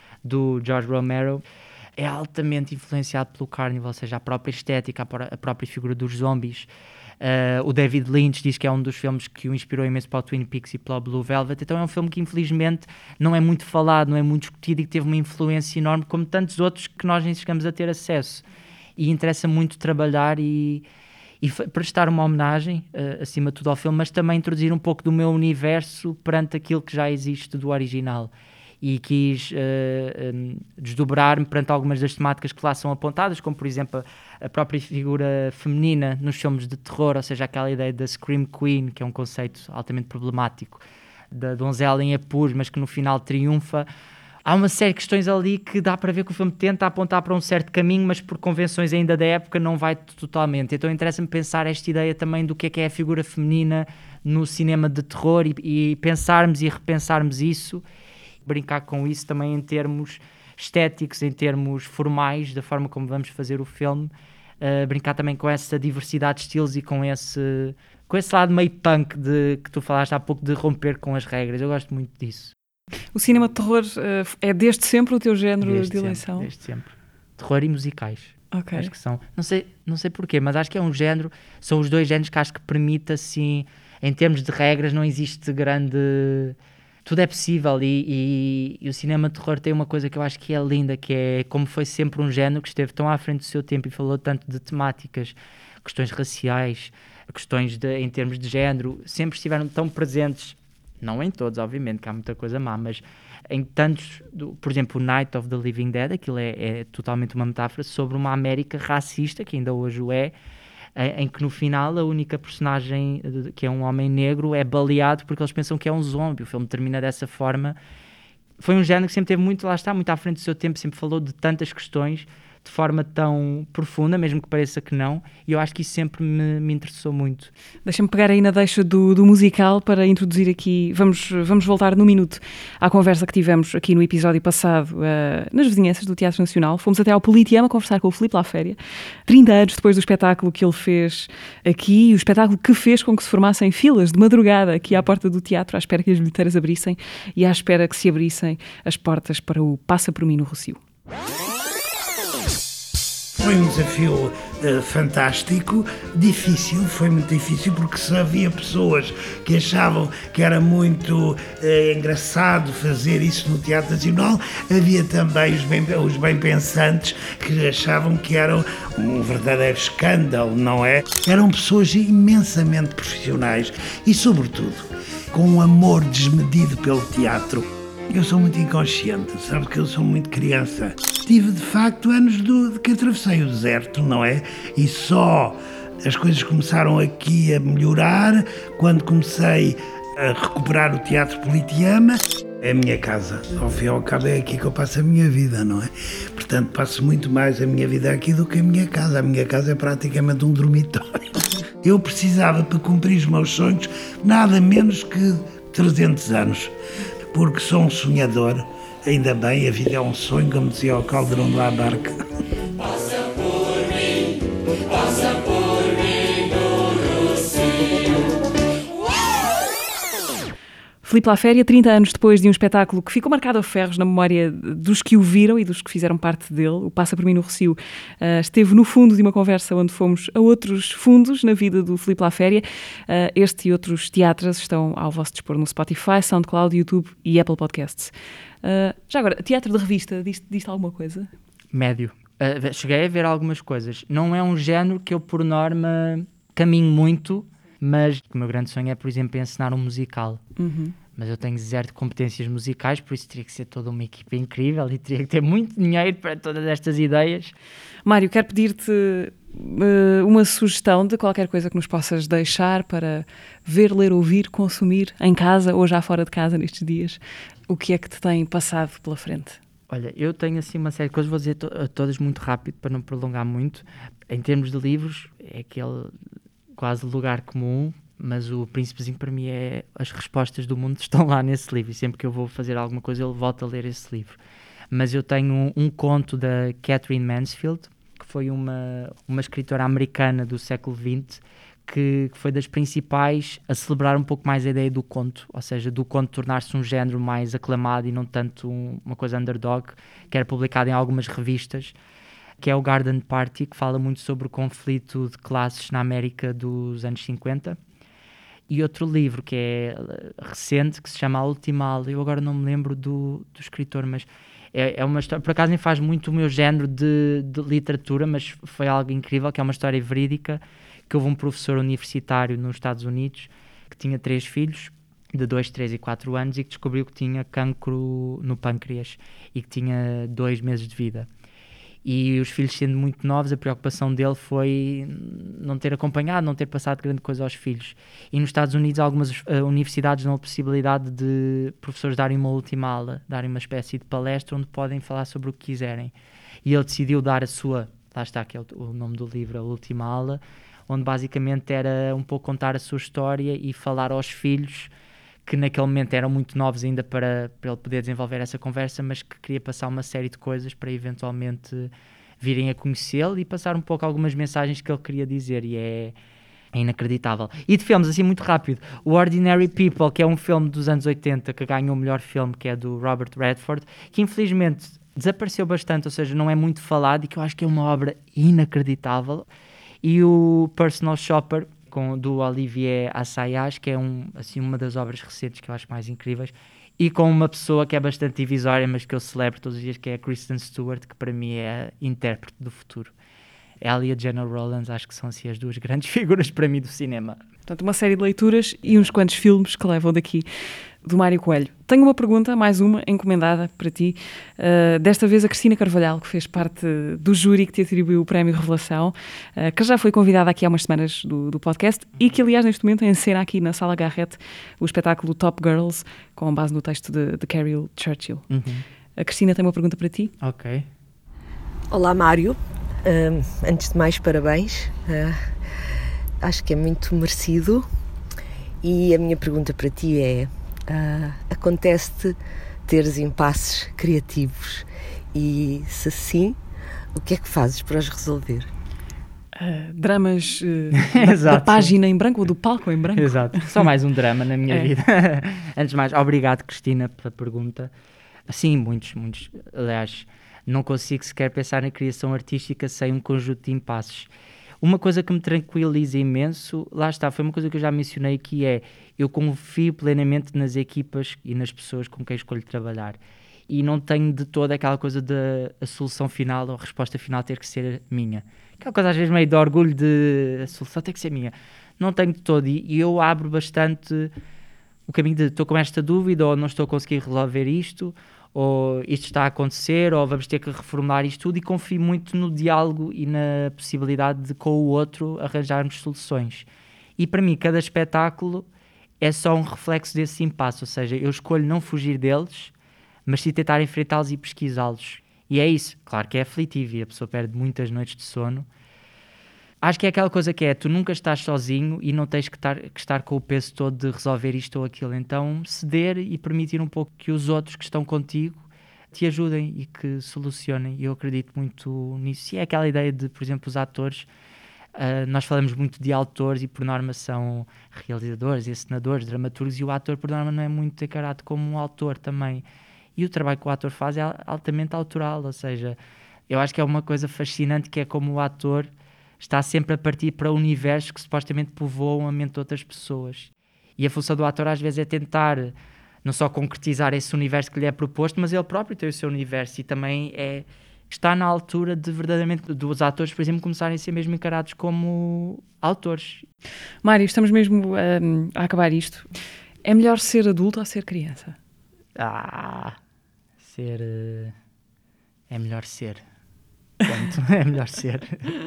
do George Romero é altamente influenciado pelo Carnival, ou seja, a própria estética, a própria figura dos zombies. Uh, o David Lynch diz que é um dos filmes que o inspirou imenso para o Twin Peaks e para o Blue Velvet, então é um filme que infelizmente não é muito falado, não é muito discutido, e que teve uma influência enorme, como tantos outros que nós nem chegamos a ter acesso. E interessa muito trabalhar e, e prestar uma homenagem, uh, acima de tudo, ao filme, mas também introduzir um pouco do meu universo perante aquilo que já existe do original. e quis uh, um, desdobrar-me perante algumas das temáticas que lá são apontadas, como por exemplo a, a própria figura feminina nos filmes de terror, ou seja, aquela ideia da Scream Queen, que é um conceito altamente problemático, da donzela em apuros, mas que no final triunfa. Há uma série de questões ali que dá para ver que o filme tenta apontar para um certo caminho, mas por convenções ainda da época não vai totalmente. Então interessa-me pensar esta ideia também do que é que é a figura feminina no cinema de terror e, e pensarmos e repensarmos isso, brincar com isso também em termos estéticos, em termos formais, da forma como vamos fazer o filme, uh, brincar também com essa diversidade de estilos e com esse, com esse lado meio punk de, que tu falaste há pouco, de romper com as regras. Eu gosto muito disso. O cinema de terror uh, é desde sempre o teu género desde de eleição? Sempre, desde sempre. Terror e musicais. Okay. Acho que são, não sei, não sei porquê, mas acho que é um género, são os dois géneros que acho que permite assim, em termos de regras não existe grande, tudo é possível e, e, e o cinema de terror tem uma coisa que eu acho que é linda, que é como foi sempre um género que esteve tão à frente do seu tempo e falou tanto de temáticas, questões raciais, questões de, em termos de género, sempre estiveram tão presentes. Não em todos, obviamente, que há muita coisa má, mas em tantos, do, por exemplo, o Night of the Living Dead, aquilo é, é totalmente uma metáfora sobre uma América racista, que ainda hoje o é, em, em que no final a única personagem, que é um homem negro, é baleado porque eles pensam que é um zombie. O filme termina dessa forma. Foi um género que sempre teve muito, lá está, muito à frente do seu tempo, sempre falou de tantas questões, de forma tão profunda, mesmo que pareça que não, e eu acho que isso sempre me, me interessou muito. Deixa-me pegar aí na deixa do, do musical para introduzir aqui, vamos, vamos voltar num minuto à conversa que tivemos aqui no episódio passado, uh, nas vizinhanças do Teatro Nacional. Fomos até ao Politeama conversar com o Filipe Laféria, trinta anos depois do espetáculo que ele fez aqui, e o espetáculo que fez com que se formassem filas de madrugada aqui à porta do teatro, à espera que as bilheteiras abrissem e à espera que se abrissem as portas para o Passa por Mim no Rossio. Foi um desafio uh, fantástico, difícil, foi muito difícil, porque se havia pessoas que achavam que era muito uh, engraçado fazer isso no Teatro Nacional, havia também os bem, os bem pensantes que achavam que era um verdadeiro escândalo, não é? Eram pessoas imensamente profissionais e, sobretudo, com um amor desmedido pelo teatro. Eu sou muito inconsciente, sabe que eu sou muito criança. Tive, de facto, anos do, de que atravessei o deserto, não é? E só as coisas começaram aqui a melhorar quando comecei a recuperar o Teatro Politeama. É a minha casa, ao fim e ao cabo é aqui que eu passo a minha vida, não é? Portanto, passo muito mais a minha vida aqui do que a minha casa. A minha casa é praticamente um dormitório. Eu precisava, para cumprir os meus sonhos, nada menos que trezentos anos. Porque sou um sonhador, ainda bem, a vida é um sonho, como dizia o Caldeirão de la Barca. Passa por mim, passa por mim no Rossio. Filipe Laféria, trinta anos depois de um espetáculo que ficou marcado a ferros na memória dos que o viram e dos que fizeram parte dele, o Passa por Mim no Rossio, uh, esteve no fundo de uma conversa onde fomos a outros fundos na vida do Filipe Laféria. Uh, este e outros teatros estão ao vosso dispor no Spotify, SoundCloud, YouTube e Apple Podcasts. Uh, já agora, teatro de revista, diz-te, diz-te alguma coisa? Médio. Uh, cheguei a ver algumas coisas. Não é um género que eu, por norma, caminho muito, mas o meu grande sonho é, por exemplo, ensinar um musical. Uhum. Mas eu tenho zero de competências musicais, por isso teria que ser toda uma equipa incrível e teria que ter muito dinheiro para todas estas ideias. Mário, quero pedir-te uh, uma sugestão de qualquer coisa que nos possas deixar para ver, ler, ouvir, consumir em casa ou já fora de casa nestes dias. O que é que te tem passado pela frente? Olha, eu tenho assim uma série de coisas, vou dizer to- todas muito rápido para não prolongar muito. Em termos de livros, é aquele quase lugar comum, mas o Príncipezinho para mim é as respostas do mundo estão lá nesse livro e sempre que eu vou fazer alguma coisa eu volto a ler esse livro. Mas eu tenho um, um conto da Catherine Mansfield, que foi uma, uma escritora americana do século vinte, que, que foi das principais a celebrar um pouco mais a ideia do conto, ou seja, do conto tornar-se um género mais aclamado e não tanto um, uma coisa underdog, que era publicado em algumas revistas, que é o Garden Party, que fala muito sobre o conflito de classes na América dos anos cinquenta. E outro livro que é recente, que se chama A Última Aula, eu agora não me lembro do, do escritor, mas é, é uma história, por acaso nem faz muito o meu género de, de literatura, mas foi algo incrível, que é uma história verídica, que houve um professor universitário nos Estados Unidos, que tinha três filhos, de dois, três e quatro anos e que descobriu que tinha cancro no pâncreas e que tinha dois meses de vida. E os filhos sendo muito novos, a preocupação dele foi não ter acompanhado, não ter passado grande coisa aos filhos. E nos Estados Unidos algumas uh, universidades dão a possibilidade de professores darem uma última aula, darem uma espécie de palestra onde podem falar sobre o que quiserem. E ele decidiu dar a sua, lá está que é o, o nome do livro, a última aula, onde basicamente era um pouco contar a sua história e falar aos filhos que naquele momento eram muito novos ainda para, para ele poder desenvolver essa conversa, mas que queria passar uma série de coisas para eventualmente virem a conhecê-lo e passar um pouco algumas mensagens que ele queria dizer, e é, é inacreditável. E de filmes, assim, muito rápido, o Ordinary People, que é um filme dos anos oitenta que ganhou o melhor filme, que é do Robert Redford, que infelizmente desapareceu bastante, ou seja, não é muito falado, e que eu acho que é uma obra inacreditável. E o Personal Shopper, com, do Olivier Assayas, que é um, assim, uma das obras recentes que eu acho mais incríveis, e com uma pessoa que é bastante divisória, mas que eu celebro todos os dias, que é a Kristen Stewart, que para mim é a intérprete do futuro. Ela e a Jenna Rollins, acho que são assim as duas grandes figuras para mim do cinema. Portanto, uma série de leituras e uns quantos filmes que levam daqui do Mário Coelho. Tenho uma pergunta, mais uma, encomendada para ti. Uh, desta vez a Cristina Carvalhal, que fez parte do júri que te atribuiu o Prémio Revelação, uh, que já foi convidada aqui há umas semanas do, do podcast e que, aliás, neste momento encena aqui na Sala Garrett o espetáculo Top Girls, com base no texto de, de Carol Churchill. Uhum. A Cristina tem uma pergunta para ti. Ok. Olá, Mário. Uh, antes de mais, parabéns. Uh, acho que é muito merecido. E a minha pergunta para ti é: uh, acontece-te teres impasses criativos? E, se sim, o que é que fazes para os resolver? Uh, dramas uh, da, da página em branco ou do palco em branco? Exato. Só mais um drama na minha é. vida. Antes de mais, obrigado, Cristina, pela pergunta. Sim, muitos, muitos. Aliás, não consigo sequer pensar na criação artística sem um conjunto de impasses. Uma coisa que me tranquiliza imenso, lá está, foi uma coisa que eu já mencionei, que é, eu confio plenamente nas equipas e nas pessoas com quem escolho trabalhar. E não tenho de toda aquela coisa da a solução final ou a resposta final ter que ser minha. Aquela coisa às vezes meio de orgulho de a solução tem que ser minha. Não tenho de todo, e, e eu abro bastante o caminho de estou com esta dúvida, ou não estou a conseguir resolver isto, ou isto está a acontecer, ou vamos ter que reformular isto tudo, e confio muito no diálogo e na possibilidade de, com o outro, arranjarmos soluções. E para mim, cada espetáculo é só um reflexo desse impasse, ou seja, eu escolho não fugir deles, mas sim tentar enfrentá-los e pesquisá-los. E é isso. Claro que é aflitivo e a pessoa perde muitas noites de sono. Acho que é aquela coisa que é, tu nunca estás sozinho e não tens que estar, que estar com o peso todo de resolver isto ou aquilo. Então, ceder e permitir um pouco que os outros que estão contigo te ajudem e que solucionem. E eu acredito muito nisso. E é aquela ideia de, por exemplo, os atores, uh, nós falamos muito de autores e, por norma, são realizadores, encenadores, dramaturgos, e o ator, por norma, não é muito encarado como um autor também. E o trabalho que o ator faz é altamente autoral, ou seja, eu acho que é uma coisa fascinante, que é como o ator está sempre a partir para universos que supostamente povoam a mente de outras pessoas. E a função do ator às vezes é tentar não só concretizar esse universo que lhe é proposto, mas ele próprio tem o seu universo, e também é, está na altura de verdadeiramente dos atores, por exemplo, começarem a ser mesmo encarados como autores. Mário, estamos mesmo um, a acabar isto. É melhor ser adulto ou ser criança? Ah, ser... Uh, é melhor ser. Ponto. É melhor ser.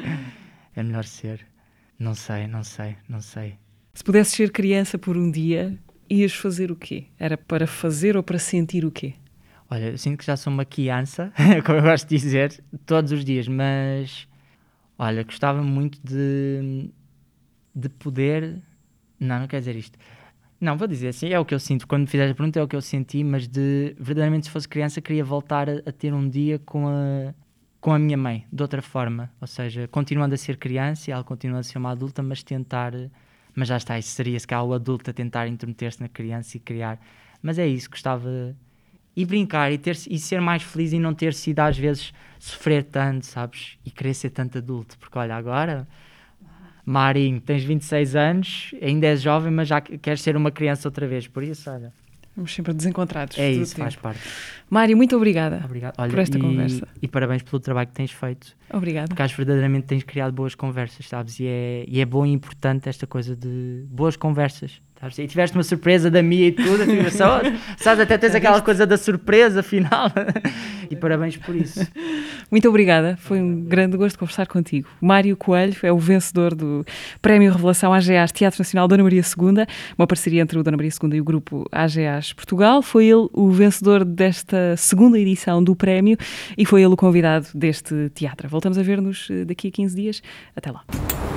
É melhor ser. Não sei, não sei, não sei. Se pudesses ser criança por um dia, ias fazer o quê? Era para fazer ou para sentir o quê? Olha, eu sinto que já sou uma criança, como eu gosto de dizer, todos os dias, mas... Olha, gostava muito de... de poder... Não, não quero dizer isto. Não, vou dizer assim, é o que eu sinto. Quando me fizeres a pergunta é o que eu senti, mas de... Verdadeiramente, se fosse criança, queria voltar a, a ter um dia com a... com a minha mãe, de outra forma, ou seja, continuando a ser criança, e ela continuando a ser uma adulta, mas tentar, mas já está, isso seria se calhar o adulto a tentar intrometer-se na criança e criar, mas é isso, gostava, e brincar, e, ter, e ser mais feliz, e não ter sido às vezes sofrer tanto, sabes, e querer ser tanto adulto, porque olha, agora, Marinho, tens vinte e seis anos, ainda és jovem, mas já queres ser uma criança outra vez, por isso, olha. Vamos sempre desencontrados. É isso, faz parte. Mário, muito obrigada Obrigado. Olha, por esta e, conversa. E parabéns pelo trabalho que tens feito. Obrigada. Porque acho que verdadeiramente tens criado boas conversas, sabes? E é, e é bom e importante esta coisa de boas conversas. E tiveste uma surpresa da minha e tudo, a só, sabes, até tens aquela coisa da surpresa final. E parabéns por isso. Muito obrigada, foi um grande gosto conversar contigo. Mário Coelho é o vencedor do Prémio Revelação A G A S Teatro Nacional Dona Maria segunda, uma parceria entre o Dona Maria segunda e o grupo A G A S Portugal. Foi ele o vencedor desta segunda edição do prémio e foi ele o convidado deste teatro. Voltamos a ver-nos daqui a quinze dias. Até lá.